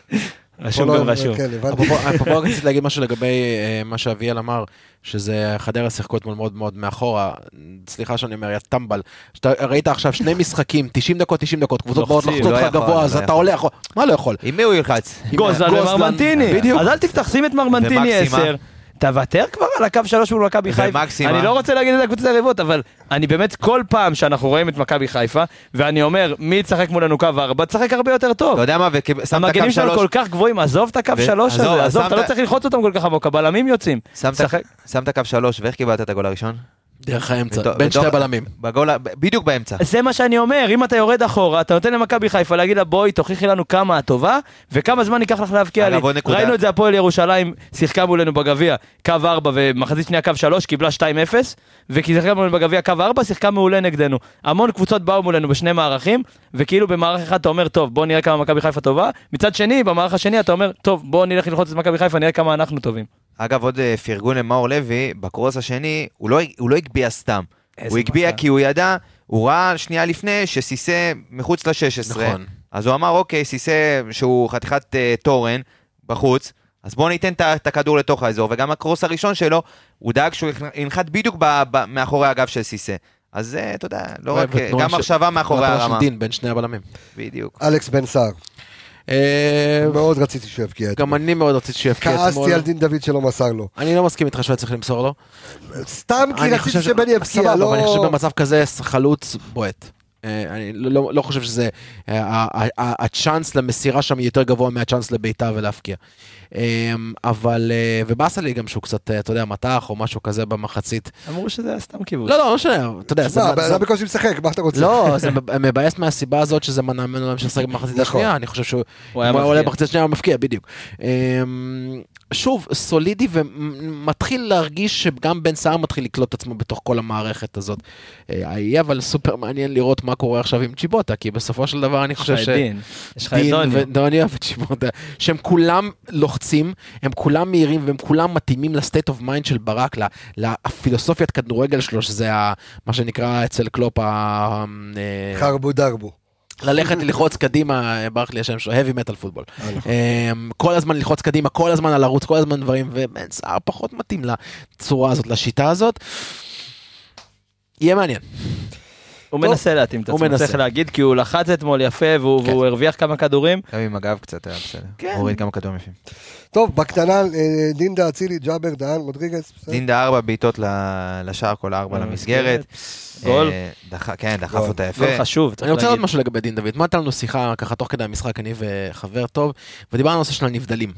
רשום גם רשום. אפרופו רציתי להגיד משהו לגבי מה שאביאל אמר, שזה חדרה שיחקו אתמול מאוד מאוד מאחורה, סליחה שאני אומר, יא טמבל, ראית עכשיו שני משחקים, תשעים דקות, תשעים דקות, קבוצות באות לחצות לך גבוה, אז אתה עולה, מה לא יכול? עם מי הוא ילחץ? גוזלן ומרמנטיני, אז אל תפתח, שים את מרמנטיני עשר, תוותר כבר על הקו שלוש מול מכבי חיפה. אני לא רוצה להגיד את הקבוצת היריבות, אבל אני באמת כל פעם שאנחנו רואים את מכבי חיפה, ואני אומר, מי יצחק מולנו קו ארבע, תשחק הרבה יותר טוב. אתה יודע מה, המגנים שלנו כל כך גבוהים, עזוב את הקו שלוש הזה, עזוב, אתה לא צריך ללחוץ אותם כל כך עמוק, הבלמים יוצאים. שמת קו שלוש, ואיך קיבלת את הגול הראשון? דרך האמצע, בין שתי בלמים. בדיוק באמצע. זה מה שאני אומר, אם אתה יורד אחורה, אתה נותן למכבי חיפה להגיד לה בואי, תוכיחי לנו כמה הטובה, וכמה זמן ייקח לך להבקיע לי. ראינו את זה הפועל ירושלים, שיחקה מולנו בגביע, קו ארבע ומחצית שנייה קו שלוש, קיבלה שתיים אפס, וכי שיחקה מולנו בגביע קו ארבע, שיחקה מעולה נגדנו. המון קבוצות באו מולנו בשני מערכים, וכאילו במערך אחד אתה אומר, טוב, בוא נראה כמה מכבי חיפה טובה. מצד שני, במערך השני אתה אומר, טוב, בוא נלך ללחוץ את מכבי חיפה, נראה כמה אנחנו טובים. אגב, עוד פרגון למאור לוי, בקרוס השני, הוא לא, הוא לא הגביע סתם. הוא הגביע כי הוא ידע, הוא ראה שנייה לפני שסיסה מחוץ ל-שש עשרה. נכון. אז הוא אמר, אוקיי, סיסה שהוא חתיכת uh, תורן בחוץ, אז בואו ניתן את הכדור לתוך האזור, וגם הקרוס הראשון שלו, הוא דאג שהוא ינחת בדיוק ב- ב- מאחורי הגב של סיסה. אז אתה יודע, לא רק, גם מחשבה מאחורי הרמה. תנועה של דין בין שני הבלמים. בדיוק. אלכס בן סער. מאוד רציתי שהוא יבקיע אתמול. גם אני מאוד רציתי שהוא יבקיע אתמול. כעסתי על דין דוד שלא מסר לו. אני לא מסכים איתך שהוא צריך למסור לו. סתם כי רציתי שבני יבקיע, לא... אני חושב במצב כזה חלוץ בועט. אני לא חושב שזה, הצ'אנס למסירה שם יותר גבוה מהצ'אנס לביתה ולהפקיע. אבל, ובאסה לי גם שהוא קצת, אתה יודע, מתח או משהו כזה במחצית. אמרו שזה היה סתם כיבוש. לא, לא, לא שנה, אתה יודע. זה בקושי משחק, מה אתה רוצה? לא, זה מבאס מהסיבה הזאת שזה מנע ממנו להמשיך לשחק במחצית השנייה, אני חושב שהוא עולה במחצית השנייה, הוא מפקיע, בדיוק. שוב, סולידי ומתחיל להרגיש שגם בן סער מתחיל לקלוט את עצמו בתוך כל המערכת הזאת. היה אבל סופר מעניין לראות מה קורה עכשיו עם צ'יבוטה, כי בסופו של דבר אני חושב ש... יש לך את דין ודוניה וצ'יבוטה, שהם כולם לוחצים, הם כולם מהירים והם כולם מתאימים לסטייט אוף מיינד של ברק, לפילוסופיית כדורגל שלו, שזה מה שנקרא אצל קלופ ה... חרבו דרבו. ללכת ללחוץ קדימה, ברח לי השם שלו, heavy metal football. כל הזמן ללחוץ קדימה, כל הזמן על ערוץ, כל הזמן דברים, ובן סער פחות מתאים לצורה הזאת, לשיטה הזאת. יהיה מעניין. הוא מנסה להתאים את עצמו, צריך להגיד, כי הוא לחץ אתמול יפה, והוא הרוויח כמה כדורים. גם עם הגב קצת היה בסדר. הוריד כמה כדורים יפים. טוב, בקטנה, דינדה, אצילי, ג'אבר, דהן, רודריגז. דינדה ארבע בעיטות לשער, כל ארבע למסגרת. גול. כן, דחף אותה יפה. גול חשוב. אני רוצה עוד משהו לגבי דין דוד. מה הייתה לנו שיחה ככה תוך כדי המשחק, אני וחבר טוב, ודיברנו על נושא של הנבדלים.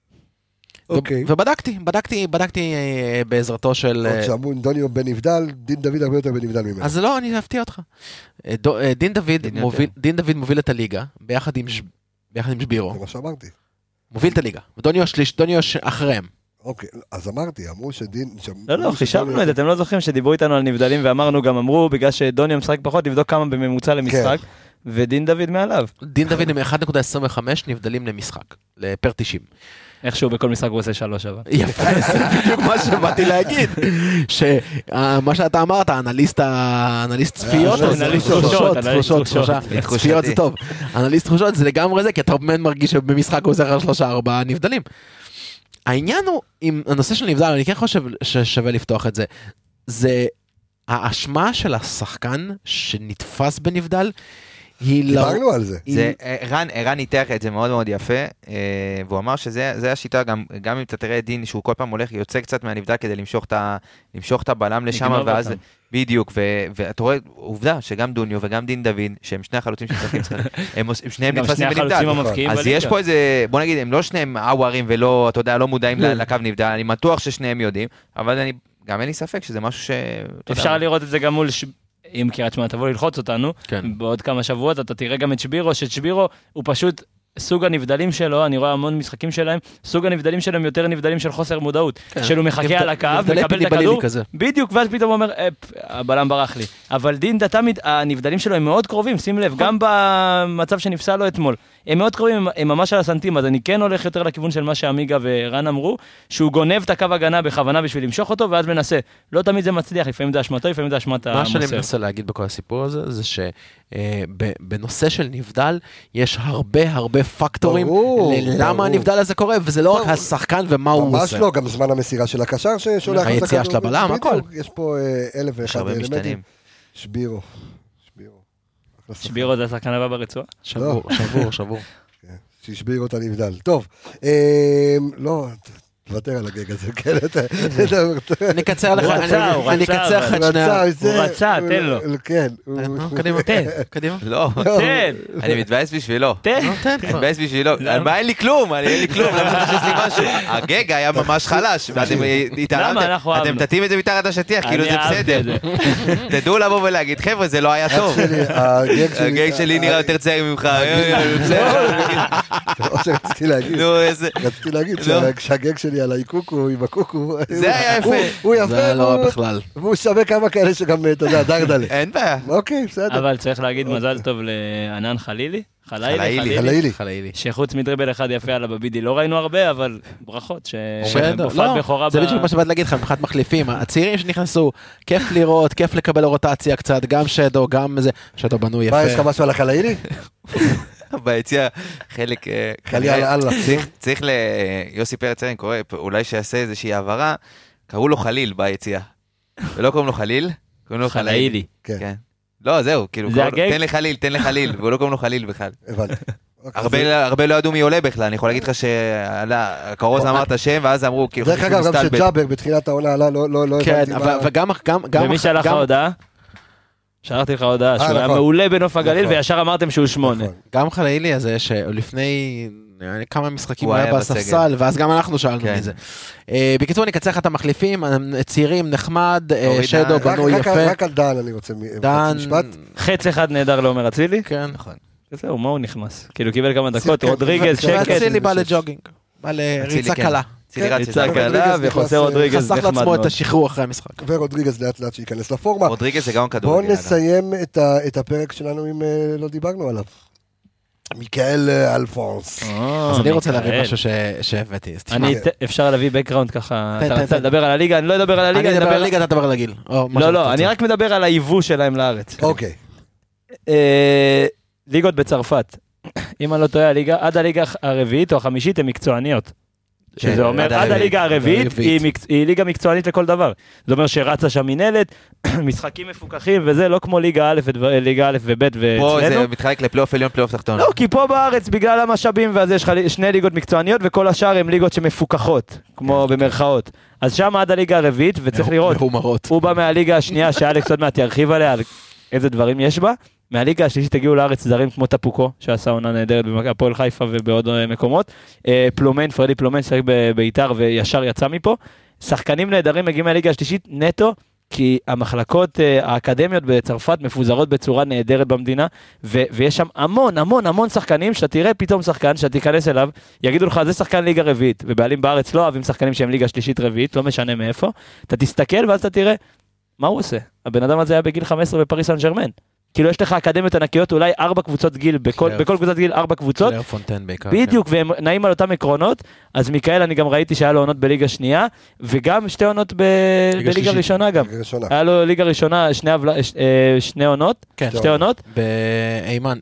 ובדקתי, בדקתי, בדקתי בעזרתו של... עוד שאמרו דוניו בנבדל, דין דוד הרבה יותר בנבדל ממנו. אז לא, אני אפתיע אותך. דין דוד מוביל את הליגה, ביחד עם שבירו. זה מה שאמרתי. מוביל את הליגה. דוניו שליש, דוניו אחריהם. אוקיי, אז אמרתי, אמרו שדין... לא, לא, חישבנו את זה, אתם לא זוכרים שדיברו איתנו על נבדלים, ואמרנו גם, אמרו, בגלל שדוניו משחק פחות, נבדוק כמה בממוצע למשחק, ודין דוד מעליו. דין דוד עם אחת נקודה עשרים וחמש נבדלים למשחק, לפר תשעים. איכשהו בכל משחק הוא עושה שלוש אבל. יפה, זה בדיוק מה שבאתי להגיד. שמה שאתה אמרת, אנליסט צפיות, אנליסט תחושות, תחושות, צפיות זה טוב. אנליסט תחושות זה לגמרי זה, כי אתה באמת מרגיש שבמשחק הוא עושה לך שלושה ארבעה נבדלים. העניין הוא, עם הנושא של נבדל, אני כן חושב ששווה לפתוח את זה, זה האשמה של השחקן שנתפס בנבדל, דיברנו על זה. זה, ערן, ערן ניתח את זה מאוד מאוד יפה, והוא אמר שזה השיטה, גם, גם אם אתה תראה את דין שהוא כל פעם הולך, יוצא קצת מהנבדל כדי למשוך את, למשוך את הבלם לשם, ואז, אותם. בדיוק, ו, ואתה רואה, עובדה שגם דוניו וגם דין דוד, שהם שני החלוצים שצריכים, הם, הם שניהם נתפסים בנבדל, אז יש פה איזה, בוא נגיד, הם לא שניהם אווארים ולא, אתה יודע, לא מודעים לקו נבדל, אני בטוח ששניהם יודעים, אבל אני, גם אין לי ספק שזה משהו ש... אפשר לראות את זה גם מול אם קריית שמונה תבוא ללחוץ אותנו, כן. בעוד כמה שבועות אתה תראה גם את שבירו, ששבירו הוא פשוט סוג הנבדלים שלו, אני רואה המון משחקים שלהם, סוג הנבדלים שלהם יותר נבדלים של חוסר מודעות, כן. שלו מחכה על הקו, מקבל את הכדור, בדיוק, ואז פתאום הוא אומר, אפ, הבלם ברח לי. אבל דין דה תמיד, הנבדלים שלו הם מאוד קרובים, שים לב, גם במצב שנפסל לו אתמול, הם מאוד קרובים, הם, הם ממש על הסנטים, אז אני כן הולך יותר לכיוון של מה שעמיגה ורן אמרו, שהוא גונב את הקו הגנה בכוונה בשביל למשוך אותו, ואז מנסה. לא תמיד זה מצליח, לפעמים זה אשמתו, לפעמים זה אשמת המוסר. מה שאני מנסה להגיד בכל הסיפור הזה, זה שבנושא של נבדל, יש הרבה הרבה פקטורים ללמה הנבדל הזה קורה, וזה לא רק השחקן ומה הוא עושה. ממש לא, גם זמן המסירה של הקשר ששולח את הכדור. היציאה של הבלם, הכל. יש פה אלף ואחד אלמנטים. שבירו. שבירו זה השחקן הבא ברצועה? שבור, שבור, שבור. ששבירו את הנבדל. טוב, לא... תוותר על הגג הזה, כן, אני אקצר לך, אני אקצר לך את שנייה. הוא רצה, תן לו. כן. קדימה, תן, קדימה. לא, תן. אני מתבאס בשבילו. תן. מתבאס בשבילו. מה אין לי כלום, אין לי כלום, למה חושב לי משהו? הגג היה ממש חלש, ואתם התערמתם, אתם תתאים את זה מתחת השטיח, כאילו זה בסדר. תדעו לבוא ולהגיד, חבר'ה, זה לא היה טוב. הגג שלי נראה יותר צעיר ממך. רציתי להגיד, רציתי להגיד שהגג שלי על האיקוקו עם הקוקו, זה היה יפה. הוא יפה, זה היה לא בכלל. והוא שווה כמה כאלה שגם, אתה יודע, דרדלה. אין בעיה. אוקיי, בסדר. אבל צריך להגיד מזל טוב לענן חלילי. חלילי. חלילי. חלילי. שחוץ מדריבל אחד יפה על הבבידי לא ראינו הרבה, אבל ברכות. לא, זה בדיוק מה שבאת להגיד לך, מבחינת מחליפים. הצעירים שנכנסו, כיף לראות, כיף לקבל רוטציה קצת, גם שדו, גם זה, שדו בנו יפה. מה, יש לך משהו על החלילי? ביציאה חלק, צריך ליוסי פרץ ארן קורא, אולי שיעשה איזושהי העברה, קראו לו חליל ביציאה, ולא קוראים לו חליל, קוראים לו חלילי. לא, זהו, כאילו, תן לחליל, תן לחליל, והוא לא קוראים לו חליל בכלל. הרבה לא ידעו מי עולה בכלל, אני יכול להגיד לך שהקרוז אמר את השם, ואז אמרו, כאילו, דרך אגב, גם שג'אבר בתחילת העונה עלה, לא הבנתי מה... ומי שלח הודעה? שלחתי לך הודעה, שהוא היה מעולה בנוף הגליל, וישר אמרתם שהוא שמונה. גם חלילי הזה, שלפני כמה משחקים הוא היה בספסל, ואז גם אנחנו שאלנו מזה. בקיצור, אני אקצר לך את המחליפים, צעירים, נחמד, שדו, בנו יפה. רק על דן אני רוצה משפט. חץ אחד נהדר לעומר אצילי. כן. זהו, מה הוא נכנס? כאילו קיבל כמה דקות, רודריגז, שקט. אצילי בא לג'וגינג, בא לריצה קלה. ריצה קלה וחוסה רודריגז חסך לעצמו את השחרור אחרי המשחק. ורודריגז לאט לאט שייכנס לפורמה. רודריגז זה גם כדור. בואו נסיים את הפרק שלנו אם לא דיברנו עליו. מיקאל אלפונס. אז אני רוצה להביא משהו שהבאתי. אפשר להביא בקראונד ככה, אתה רוצה לדבר על הליגה? אני לא אדבר על הליגה. אני אדבר על הליגה, אתה תדבר על הגיל. לא, לא, אני רק מדבר על היבוא שלהם לארץ. אוקיי. ליגות בצרפת. אם אני לא טועה, עד הליגה הרביעית או החמישית הן מקצועניות. שזה אומר, עד הליגה הרביעית היא ליגה מקצוענית לכל דבר. זה אומר שרצה שם מנהלת, משחקים מפוקחים, וזה לא כמו ליגה א' ליגה א' וב' ואצלנו. פה זה מתחלק לפלייאוף עליון, פלייאוף תחתון. לא, כי פה בארץ, בגלל המשאבים, ואז יש שני ליגות מקצועניות, וכל השאר הם ליגות שמפוקחות, כמו במרכאות. אז שם עד הליגה הרביעית, וצריך לראות, הוא בא מהליגה השנייה, שאלכס עוד מעט ירחיב עליה, איזה דברים יש בה. מהליגה השלישית הגיעו לארץ זרים כמו טפוקו, שעשה עונה נהדרת בהפועל חיפה ובעוד מקומות. פלומן, פרדי פלומן, שחק בית"ר וישר יצא מפה. שחקנים נהדרים מגיעים מהליגה השלישית נטו, כי המחלקות האקדמיות בצרפת מפוזרות בצורה נהדרת במדינה, ו- ויש שם המון, המון, המון שחקנים, שאתה תראה פתאום שחקן, שאתה תיכנס אליו, יגידו לך, זה שחקן ליגה רביעית, ובעלים בארץ לא אוהבים שחקנים שהם ליגה שלישית רביעית, לא משנה מאיפה. אתה תסתכל ואז אתה תראה, מה הוא עושה? הבן אדם הזה היה בגיל חמש עשרה בפריס סן ז'רמן. כאילו יש לך אקדמיות ענקיות, אולי ארבע קבוצות גיל, בכל, קלר. בכל קבוצת גיל ארבע קבוצות, קלר פונטן בעיקר. בדיוק, והם נעים על אותם עקרונות, אז מיכאל אני גם ראיתי שהיה לו עונות בליגה שנייה, וגם שתי עונות ב... בליגה שלישית. ראשונה גם. ליגה ראשונה. היה לו ליגה ראשונה, שני, עוול... ש... אה, שני עונות, כן. שתי עונות, באימן.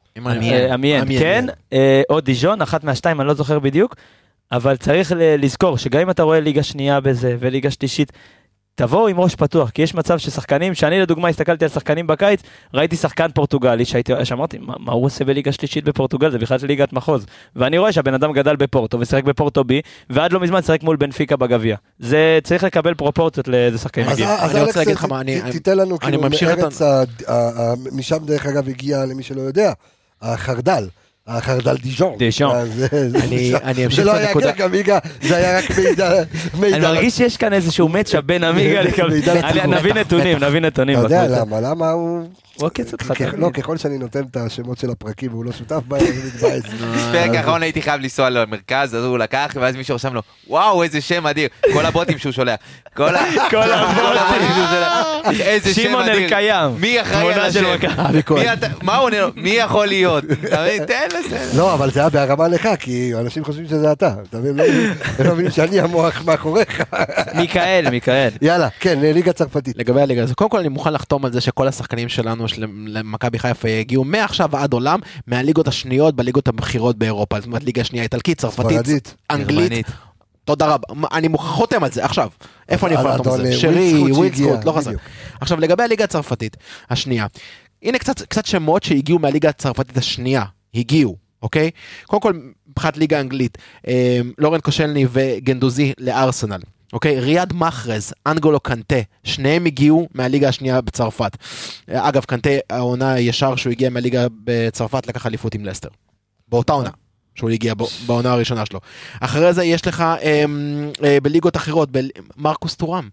אה, אמיין, כן, אה, או דיז'ון, אחת מהשתיים, אני לא זוכר בדיוק, אבל צריך ל- לזכור שגם אם אתה רואה ליגה שנייה בזה וליגה שלישית, תבואו עם ראש פתוח, כי יש מצב ששחקנים, שאני לדוגמה הסתכלתי על שחקנים בקיץ, ראיתי שחקן פורטוגלי, שהייתי, שאמרתי, מה, מה הוא עושה בליגה שלישית בפורטוגל, זה בכלל ליגת מחוז, ואני רואה שהבן אדם גדל בפורטו, ושחק בפורטו בי, ועד לא מזמן שחק מול בנפיקה בגביע. זה צריך לקבל פרופורציות לאיזה שחקנים אז מגיעים. אז אני רוצה אלכס, להגיד לך ת- מה, אני- ת- תיתן לנו אני כאילו ממשיך את מארץ, ה- ה- ה- משם דרך אגב הגיע למי שלא יודע, החרדל. החרדל דיז'ון. דיז'ון. אז זה- זה- אני- זה- אני אמשיך זה את לא היה הנקודה. גג עמיגה, זה היה רק מידע. אני מידע. מרגיש שיש כאן איזשהו מצ'אפ בין עמיגה מידע לקבל, לציבור. נביא בטח, נתונים, נביא נתונים. אתה יודע בקבוצה. למה, למה הוא... הוא עוקץ אותך. כ- תמיד. לא, ככל שאני נותן את השמות של הפרקים והוא לא שותף בהם, אני מתבאס. פרק האחרון הייתי חייב לנסוע למרכז, אז הוא לקח, ואז מישהו רשם לו, וואו, איזה שם אדיר. כל הבוטים שהוא שולח. כל ה- כל הבוטים שהוא שולח. איזה שם שמעון אדיר. אלקיים. מי אחראי על תמונה של השם? מכבי. אבי כהן. מי אתה- מה הוא עונה לו? מי יכול להיות? אתה מבין? תן לזה. לא, אבל זה היה בהרמה לך, כי אנשים חושבים שזה אתה. אתה מבין? לא- הם לא מבינים שאני המוח מאחוריך. מיכאל, מיכאל. יאללה, כן, ליגה צרפתית. לגבי הליגה הזו, קודם כל אני מוכן לחתום על זה שכל השחקנים שלנו של מכבי חיפה יגיעו מעכשיו ועד עולם מהליגות השניות בליגות הבכירות באירופה, זאת אומרת ליגה שנייה איטלקית, צרפתית, ספרדית. אנגלית, גרמנית. תודה רבה, אני מוכ- חותם על זה עכשיו, איפה אני יכול לחתום על אדון, זה? אה, שרי, ווילדסקוט ווילדסקוט, שהגיע, לא חסר. בדיוק. עכשיו לגבי הליגה הצרפתית השנייה, הנה קצת קצת שמות שהגיעו מהליגה הצרפתית השנייה, הגיעו, אוקיי? קודם כל מבחינת ליגה אנגלית, אה, לורן קושלני וגנדוזי לארסנל. אוקיי, ריאד מחרז, אנגולו קנטה, שניהם הגיעו מהליגה השנייה בצרפת. אגב, קנטה, העונה ישר שהוא הגיע מהליגה בצרפת, לקח אליפות עם לסטר. באותה עונה, שהוא הגיע בו- בעונה הראשונה שלו. אחרי זה יש לך אה, אה, בליגות אחרות, ב- מרקוס טורם.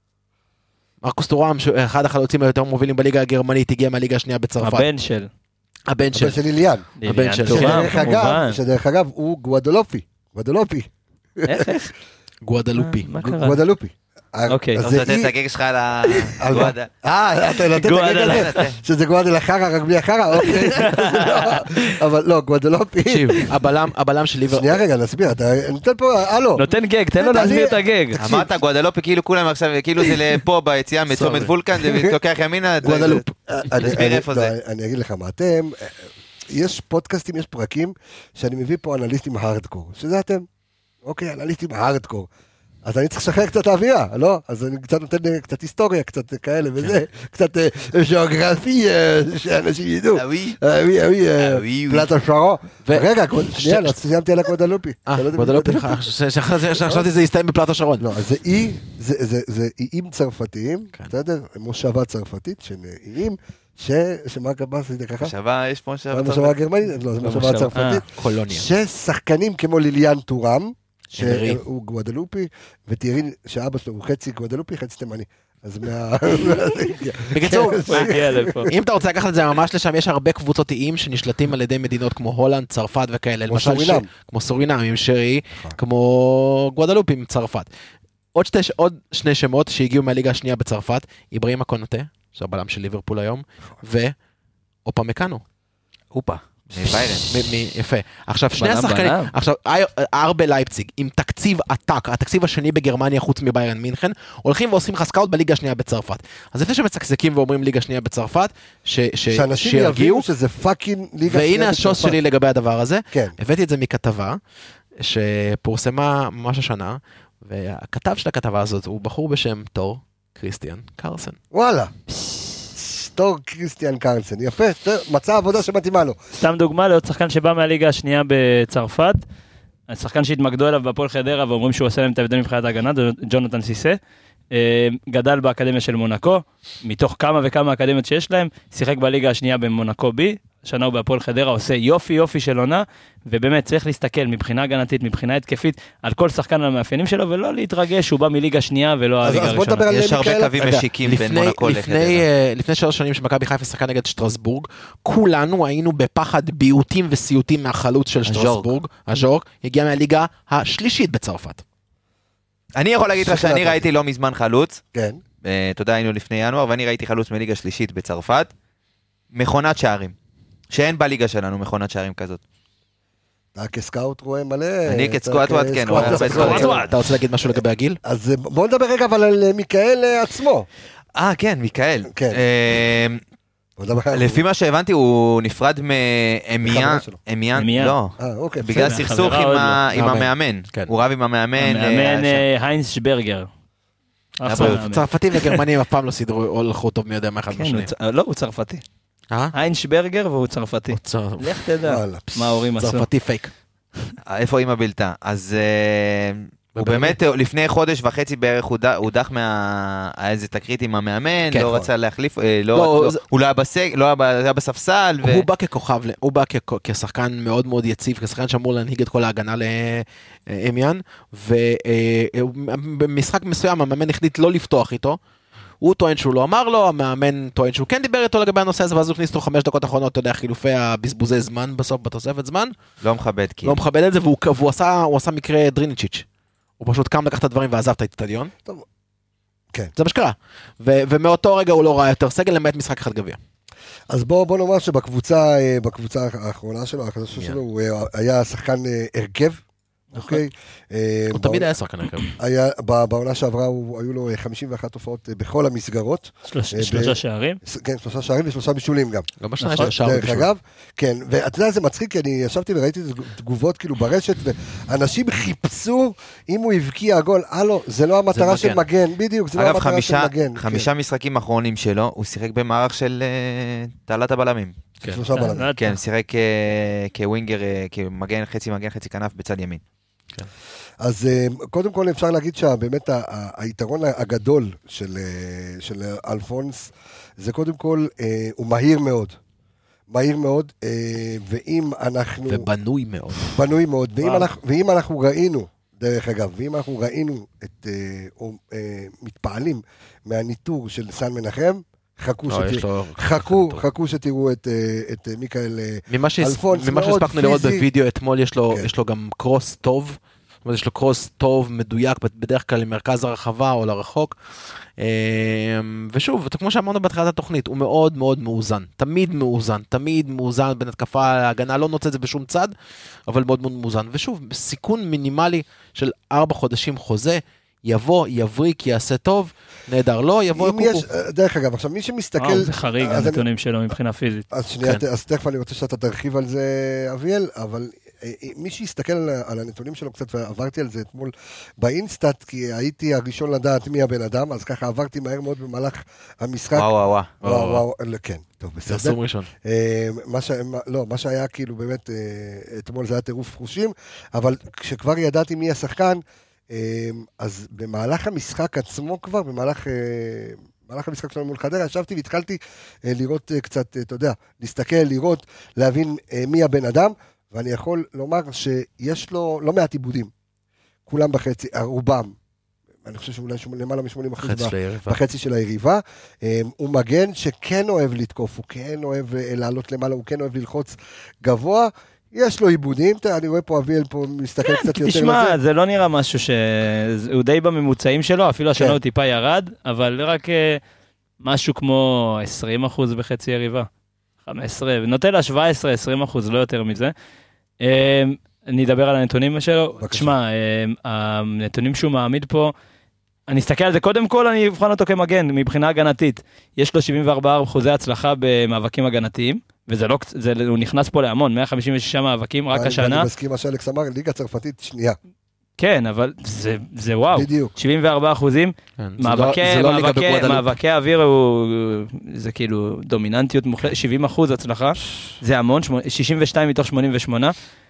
מרקוס טורם, אחד החלוצים היותר מובילים בליגה הגרמנית, הגיע מהליגה השנייה בצרפת. הבן של. הבן של. הבן של איליאן. הבן של- טורם, שדרך אגב, כמובן. שדרך אגב הוא גואדלופי. גואדלופי. איך, איך? גואדלופי. מה קרה? גואדלופי. אוקיי. אז אתה זה רוצה אי- את הגג שלך על על מה? הגואדה. אה, אתה נותן את גואדל. הגג הזה? שזה גואדל החרא, רק בלי החרא? אוקיי. אבל לא, גואדלופי. תקשיב, הבלם, הבלם של ליבר... שנייה רגע, נסביר, אתה נותן פה, הלו. נותן גג, תן לו אני- להסביר את הגג. אמרת גואדלופי כאילו כולם עכשיו, כאילו זה לפה ביציאה מצומת וולקן, זה לוקח ימינה. זה- גואדלופ. תסביר אני- איפה לא, זה. אני אגיד לך מה, אתם, יש פודקאסטים, יש פרקים, שאני מביא פה אנליסטים הארדקור, שזה אתם. אוקיי, אנליסטים הארדקור. אז אני צריך לשחרר קצת האווירה, לא? אז אני קצת נותן אה, קצת היסטוריה, קצת כאלה וזה, קצת אה, ז'אוגרפי, אה, שאנשים ידעו. אה, oui. אה, oui, אה, oui, אה, אה, oui, oui. פלטו שרו. ו- רגע, שנייה, ש- לא סיימתי על הגואדלופי. אה, אתה לא יודע גואדלופי, מי גואדלופי? ש- ש- ש- חשבתי שזה יסתיים בפלטו שרון. לא, אז זה אי, זה, זה, זה איים צרפתיים, כן. בסדר? מושבה צרפתית של איים, ש... שמה קבע עשית ככה? שווה, יש פה שווה. זה מושבה הגרמנית? לא, זה מושבה מושבה, הצרפתית. קולוניה. ששחקנים כמו ליליאן טורם, הנרי. שהוא גואדלופי, וטיירין, שאבא שלו הוא חצי גואדלופי, חצי תימני. אז מה... בקיצור, הוא הגיע לפה. אם אתה רוצה לקחת את זה ממש לשם, יש הרבה קבוצות איים שנשלטים על ידי מדינות כמו הולנד, צרפת וכאלה. כמו למשל סורינם. ש- כמו סורינם עם שרי, כמו גואדלופי עם צרפת. עוד שתי- עוד שני שמות שהגיעו מהליגה השנייה בצרפת, איברהים קונטה, שהבלם של ליברפול היום, ואופה מקאנו. הופה. ביירן. מ- מ- יפה. עכשיו שני בלם, השחקנים, בלם. עכשיו ארבה לייפציג עם תקציב עתק, התקציב השני בגרמניה חוץ מביירן מינכן, הולכים ועושים לך סקאוט בליגה השנייה בצרפת. אז לפני שמצקסקים ואומרים ליגה שנייה בצרפת, ש- ש- שאנשים שירגיעו, יבינו שזה פאקינג ליגה והנה השוס בצרפת. שלי לגבי הדבר הזה, כן. הבאתי את זה מכתבה שפורסמה ממש השנה, והכתב של הכתבה הזאת הוא בחור בשם תור קריסטיאן קרסן. וואלה. סטור קריסטיאן קרנסן, יפה, מצא עבודה שמתאימה לו. סתם דוגמה לעוד שחקן שבא מהליגה השנייה בצרפת, השחקן שהתמקדו אליו בהפועל חדרה ואומרים שהוא עושה להם את ההבדל מבחינת ההגנה, ג'ונתן סיסה, אה, גדל באקדמיה של מונקו, מתוך כמה וכמה אקדמיות שיש להם, שיחק בליגה השנייה במונקו בי, שנה הוא בהפועל חדרה, עושה יופי יופי של עונה, ובאמת צריך להסתכל מבחינה הגנתית, מבחינה התקפית, על כל שחקן על המאפיינים שלו, ולא להתרגש, הוא בא מליגה שנייה ולא אז- הליגה אז בוא נדבר הראשונה. על יש הרבה מיכאל, קווים רגע, משיקים בין לפני- מונקו לפני, לחדרה. אה, לפני שלוש שנים שמכבי חיפה שחקה נגד שטרסבורג, כולנו היינו בפחד ביוטים וסיוטים מהחלוץ של שטרסבורג, הז'ורק, הגיע מהליגה השלישית בצרפת. אני יכול להגיד לך שאני שכנעת ראיתי לא מזמן חלוץ, כן. אה, אתה יודע, היינו לפני ינואר, ואני ראיתי חלוץ מליגה שלישית בצרפת, מכונת שערים. שאין בליגה שלנו מכונת שערים כזאת. אתה כסקאוט רואה מלא. אני כסקואט כן, רואה הרבה דברים. אתה רוצה להגיד משהו לגבי הגיל? אז בוא נדבר רגע אבל על מיכאל עצמו. אה, כן, מיכאל. כן. לפי מה שהבנתי, הוא נפרד מאמיאן. אמיאן, לא. בגלל סכסוך עם המאמן. הוא רב עם המאמן. המאמן היינס שברגר. צרפתים וגרמנים אף פעם לא סידרו, או הלכו טוב מי יודע מה אחד בשני. לא, הוא צרפתי. היינס שברגר והוא צרפתי. לך תדע מה ההורים עשו. צרפתי פייק. איפה אמא בלתה? אז הוא באמת לפני חודש וחצי בערך הוא דח מאיזה תקרית עם המאמן, לא רצה להחליף, הוא לא היה בספסל. הוא בא ככוכב, הוא בא כשחקן מאוד מאוד יציב, כשחקן שאמור להנהיג את כל ההגנה לאמיאן, ובמשחק מסוים המאמן החליט לא לפתוח איתו, הוא טוען שהוא לא אמר לו, המאמן טוען שהוא כן דיבר איתו לגבי הנושא הזה, ואז הוא הכניס אותו חמש דקות אחרונות, אתה יודע, חילופי הבזבוזי זמן בסוף, בתוספת זמן. לא מכבד, כי... לא מכבד את זה, והוא עשה, הוא עשה מקרה דריניצ'יץ'. הוא פשוט קם לקח את הדברים ועזב את האצטדיון. כן. זה מה שקרה. ומאותו רגע הוא לא ראה יותר סגל, למעט משחק אחד גביע. אז בוא, בוא נאמר שבקבוצה, בקבוצה האחרונה שלו, החדשה שלו, הוא היה שחקן הרכב. אוקיי. הוא תמיד היה שחקן הרכב. היה, בעונה שעברה היו לו חמישים ואחת הופעות בכל המסגרות. שלושה שערים? כן, שלושה שערים ושלושה בישולים גם. גם בשנה של שער ובישול. דרך אגב, כן, ואתה יודע, זה מצחיק, כי אני ישבתי וראיתי תגובות כאילו ברשת, ואנשים חיפשו אם הוא הבקיע הגול, הלו, זה לא המטרה של מגן, בדיוק, זה לא המטרה של מגן. אגב, חמישה משחקים אחרונים שלו, הוא שיחק במערך של תעלת הבלמים. שלושה בלמים. כן, שיחק כווינגר, כמגן חצי מגן חצי כנף בצד ימין. אז קודם כל אפשר להגיד שבאמת היתרון הגדול של, של אלפונס זה קודם כל הוא מהיר מאוד, מהיר מאוד, ואם אנחנו... ובנוי מאוד. בנוי מאוד, ואם אנחנו, ואם אנחנו ראינו, דרך אגב, ואם אנחנו ראינו את, או מתפעלים מהניטור של סן מנחם, חכו שתראו, חכו, חכו שתראו את, את מיכאל אלפונס. ממה שהספקנו לראות בווידאו אתמול, יש לו, יש לו גם קרוס טוב, יש לו קרוס טוב, מדויק, בדרך כלל למרכז הרחבה או לרחוק. ושוב, כמו שאמרנו בתחילת התוכנית, הוא מאוד מאוד מאוזן, תמיד מאוזן, תמיד מאוזן בין התקפה להגנה, לא נוצא את זה בשום צד, אבל מאוד מאוד מאוזן. ושוב, סיכון מינימלי של ארבע חודשים חוזה, יבוא, יבריק, יעשה טוב, נהדר, לא, יבוא יקופו. דרך אגב, עכשיו מי שמסתכל... זה חריג, הנתונים שלו מבחינה פיזית. אז שנייה, אז תכף אני רוצה שאתה תרחיב על זה, אביאל, אבל מי שיסתכל על הנתונים שלו קצת, ועברתי על זה אתמול באינסטאט, כי הייתי הראשון לדעת מי הבן אדם, אז ככה עברתי מהר מאוד במהלך המשחק. וואו, וואו, וואו. וואו, כן, טוב, בסדר. פרסום ראשון. לא, מה שהיה כאילו באמת, אתמול זה היה טירוף חושים, אבל כשכבר ידעתי מי השחקן, אז במהלך המשחק עצמו כבר, במהלך, במהלך המשחק שלנו מול חדרה, ישבתי והתחלתי לראות קצת, אתה יודע, להסתכל, לראות, להבין מי הבן אדם, ואני יכול לומר שיש לו לא מעט עיבודים, כולם בחצי, רובם, אני חושב שאולי למעלה מ-שמונים אחוז בחצי של היריבה, הוא מגן שכן אוהב לתקוף, הוא כן אוהב לעלות למעלה, הוא כן אוהב ללחוץ גבוה, יש לו עיבודים, אני רואה פה אביאל פה מסתכל קצת יותר. תשמע, זה לא נראה משהו שהוא די בממוצעים שלו, אפילו השנה הוא טיפה ירד, אבל רק משהו כמו עשרים אחוז בחצי יריבה, חמש עשרה, נוטה לה שבע עשרה עשרים אחוז, לא יותר מזה. אני אדבר על הנתונים שלו. תשמע, הנתונים שהוא מעמיד פה, אני אסתכל על זה, קודם כל אני אבחן אותו כמגן, מבחינה הגנתית. יש לו שבעים וארבעה אחוזי הצלחה במאבקים הגנתיים, וזה לא, זה, הוא נכנס פה להמון, מאה חמישים ושש מאבקים רק השנה. אני מסכים מה שאלכס אמר, ליגה צרפתית שנייה. כן, אבל זה, זה וואו. בדיוק. שבעים וארבעה אחוזים, מאבקי, מאבקי, מאבקי האוויר הוא, זה כאילו דומיננטיות מוחלטת, שבעים אחוז הצלחה, זה המון, שישים ושתיים מתוך שמונים ושמונה.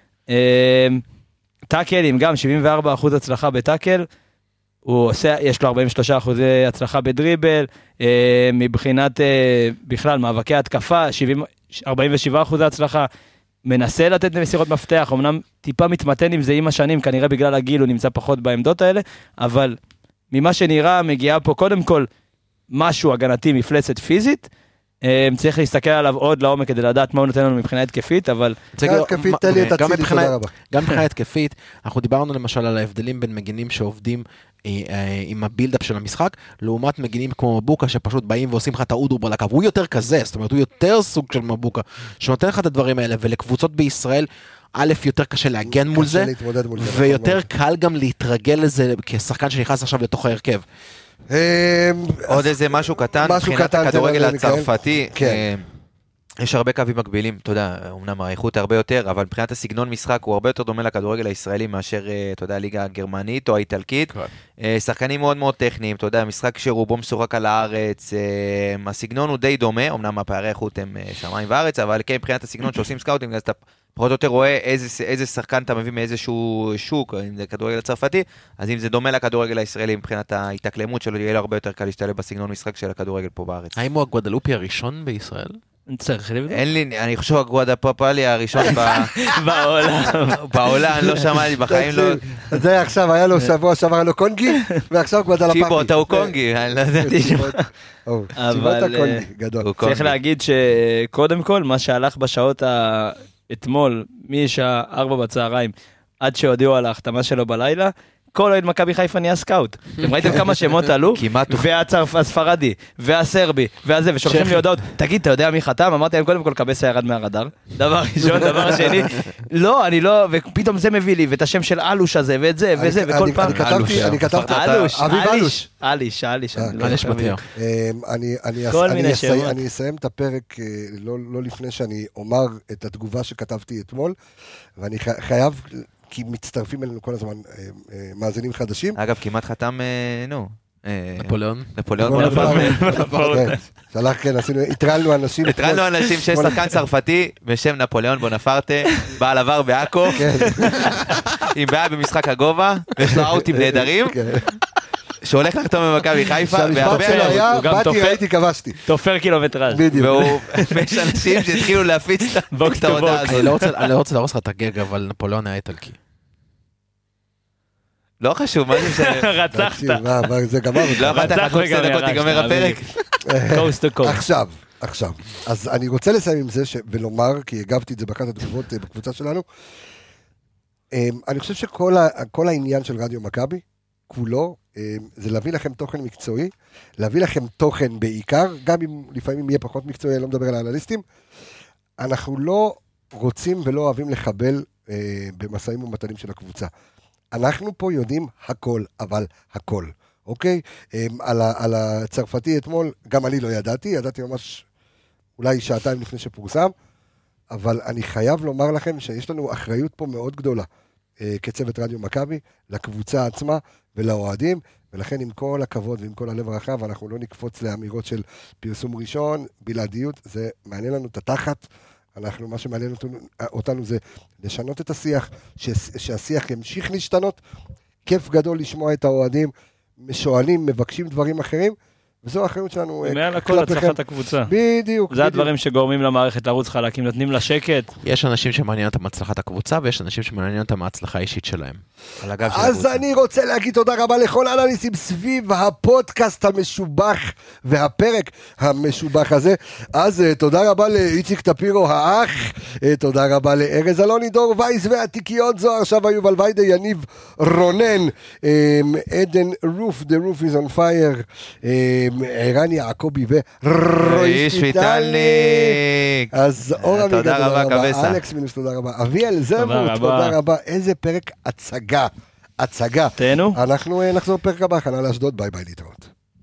טאקלים, גם שבעים וארבעה אחוז הצלחה בטאקל, הוא עושה, יש לו ארבעים ושלושה אחוזי הצלחה בדריבל, מבחינת בכלל מאבקי התקפה, ארבעים ושבעה אחוזי הצלחה, מנסה לתת מסירות מפתח, אמנם טיפה מתמתן עם זה עם השנים, כנראה בגלל הגיל הוא נמצא פחות בעמדות האלה, אבל ממה שנראה מגיעה פה קודם כל משהו הגנתי, מפלצת פיזית, צריך להסתכל עליו עוד לעומק כדי לדעת מה הוא נותן לנו מבחינה התקפית, אבל... גם מבחינה התקפית, אנחנו דיברנו למשל על ההבדלים בין מגנים שעובדים עם הבילדאפ של המשחק, לעומת מגינים כמו מבוקה, שפשוט באים ועושים לך את האודרוב על הקו, הוא יותר כזה, זאת אומרת, הוא יותר סוג של מבוקה, שנותן לך את הדברים האלה, ולקבוצות בישראל, א', יותר קשה להגן מול זה, ויותר קל גם להתרגל לזה, כשחקן שנכנס עכשיו לתוך ההרכב. עוד איזה משהו קטן, מבחינת הכדורגל הצרפתי, יש הרבה קווים מקבילים, אתה יודע, אמנם האיכות הרבה יותר, אבל מבחינת הסגנון משחק הוא הרבה יותר דומה לכדורגל הישראלי מאשר, אתה יודע, הליגה הגרמנית או האיטלקית. שחקנים מאוד מאוד טכניים, אתה יודע, משחק שרובו מסורק על הארץ, הסגנון הוא די דומה, אמנם הפערי איכות הם שמיים וארץ, אבל כן, מבחינת הסגנון שעושים סקאוטינג, אז אתה פחות או יותר רואה איזה, איזה שחקן אתה מביא מאיזשהו שוק, אם זה כדורגל הצרפתי, אז אם זה דומה לכדורגל הישראלי מבחינת ההתאקלמות שלו, יהיה לו הרבה יותר קל להשתלב בסגנון משחק של הכדורגל פה בארץ. האם הוא הגואדלופי הראשון בישראל? אין לי, אני חושב הגואדלופי הראשון בעולם, בעולם, לא שמעתי בחיים, לא... זה עכשיו, היה לו שבוע שעבר, היה לו קונגי, ועכשיו גואדלופי. צ'יבוט, הוא קונגי, אני לא ידעתי. צ'יבוט הקונגי, גדול. צריך להגיד שקודם כל, מה שהלך בשעות אתמול, משעה ארבע בצהריים, עד שהודיעו על ההחתמה שלו בלילה, כל אוהד מכבי חיפה נהיה סקאוט. אתם ראיתם כמה שמות עלו? והספרדי, והסרבי, והזה, ושולחים לי הודעות, תגיד, אתה יודע מי חתם? אמרתי להם, קודם כל, קבסה ירד מהרדאר. דבר ראשון, דבר שני, לא, אני לא, ופתאום זה מביא לי, ואת השם של אלוש הזה, ואת זה, וזה, וכל פעם. אני כתבתי, אני כתבתי, אלוש, אביב אלוש. אליש, אליש. אליש מתיאר. אני אסיים את הפרק, לא לפני שאני אומר את התגובה שכתבתי אתמול, ואני חייב כי מצטרפים אלינו כל הזמן מאזינים חדשים. אגב, כמעט חתם, נו. נפוליאון. נפוליאון. שלח, כן, עשינו, התרלנו אנשים. התרלנו אנשים שיש שחקן צרפתי בשם נפוליאון בונפרטה, בעל עבר בעכו, עם בעיה במשחק הגובה, ויש לו אאוטים נהדרים. שהולך לחתום במכבי חיפה, שהמשפט שלו היה, באתי, ראיתי, כבשתי. תופר קילומטראז'. בדיוק. ויש אנשים שהתחילו להפיץ את ההודעה הזאת. אני לא רוצה להרוס לך את הגג, אבל נפוליאון היה איטלקי. לא חשוב, מה זה משנה? רצחת. זה גמר. לא יכולת לך עוד שתי דקות, תיגמר הפרק. קוסט טו קוסט. עכשיו, עכשיו. אז אני רוצה לסיים עם זה, ולומר, כי הגבתי את זה באחת התגובות בקבוצה שלנו, אני חושב שכל העניין של רדיו מכבי, כולו, זה להביא לכם תוכן מקצועי, להביא לכם תוכן בעיקר, גם אם לפעמים יהיה פחות מקצועי, אני לא מדבר על האנליסטים, אנחנו לא רוצים ולא אוהבים לחבל אה, במסעים ומתנים של הקבוצה. אנחנו פה יודעים הכל, אבל הכל, אוקיי? אה, על, ה, על הצרפתי אתמול, גם אני לא ידעתי, ידעתי ממש אולי שעתיים לפני שפורסם, אבל אני חייב לומר לכם שיש לנו אחריות פה מאוד גדולה, אה, כצוות רדיו מכבי, לקבוצה עצמה, ולאוהדים, ולכן עם כל הכבוד ועם כל הלב הרחב, אנחנו לא נקפוץ לאמירות של פרסום ראשון, בלעדיות, זה מעניין לנו את התחת, אנחנו, מה שמעניין אותנו, אותנו זה לשנות את השיח, שהשיח ימשיך להשתנות, כיף גדול לשמוע את האוהדים, שואלים, מבקשים דברים אחרים, וזו האחריות שלנו. מעל הכל הצלחת הקבוצה. בדיוק. זה הדברים שגורמים למערכת לרוץ חלקים, נותנים לה שקט. יש אנשים שמעניין אותם הצלחת הקבוצה, ויש אנשים שמעניין אותם ההצלחה האישית שלהם. אז אני רוצה להגיד תודה רבה לכל האנליסטים סביב הפודקאסט המשובח, והפרק המשובח הזה. אז תודה רבה לאיציק טפירו האח, תודה רבה לארז אלוני, דור וייס והתיקיות זוהר, שווה יובל ויידה, יניב רונן, עדן רוף, the roof is on fire, ערן יעקובי ורועי שפיטלניק. אז אור עמיגה, תודה רבה, אלכס מינוס, תודה רבה, אביאל זמור, תודה רבה, איזה פרק הצגה, הצגה. תהנו. אנחנו נחזור פרק הבא, חנה לאשדוד, ביי ביי להתראות.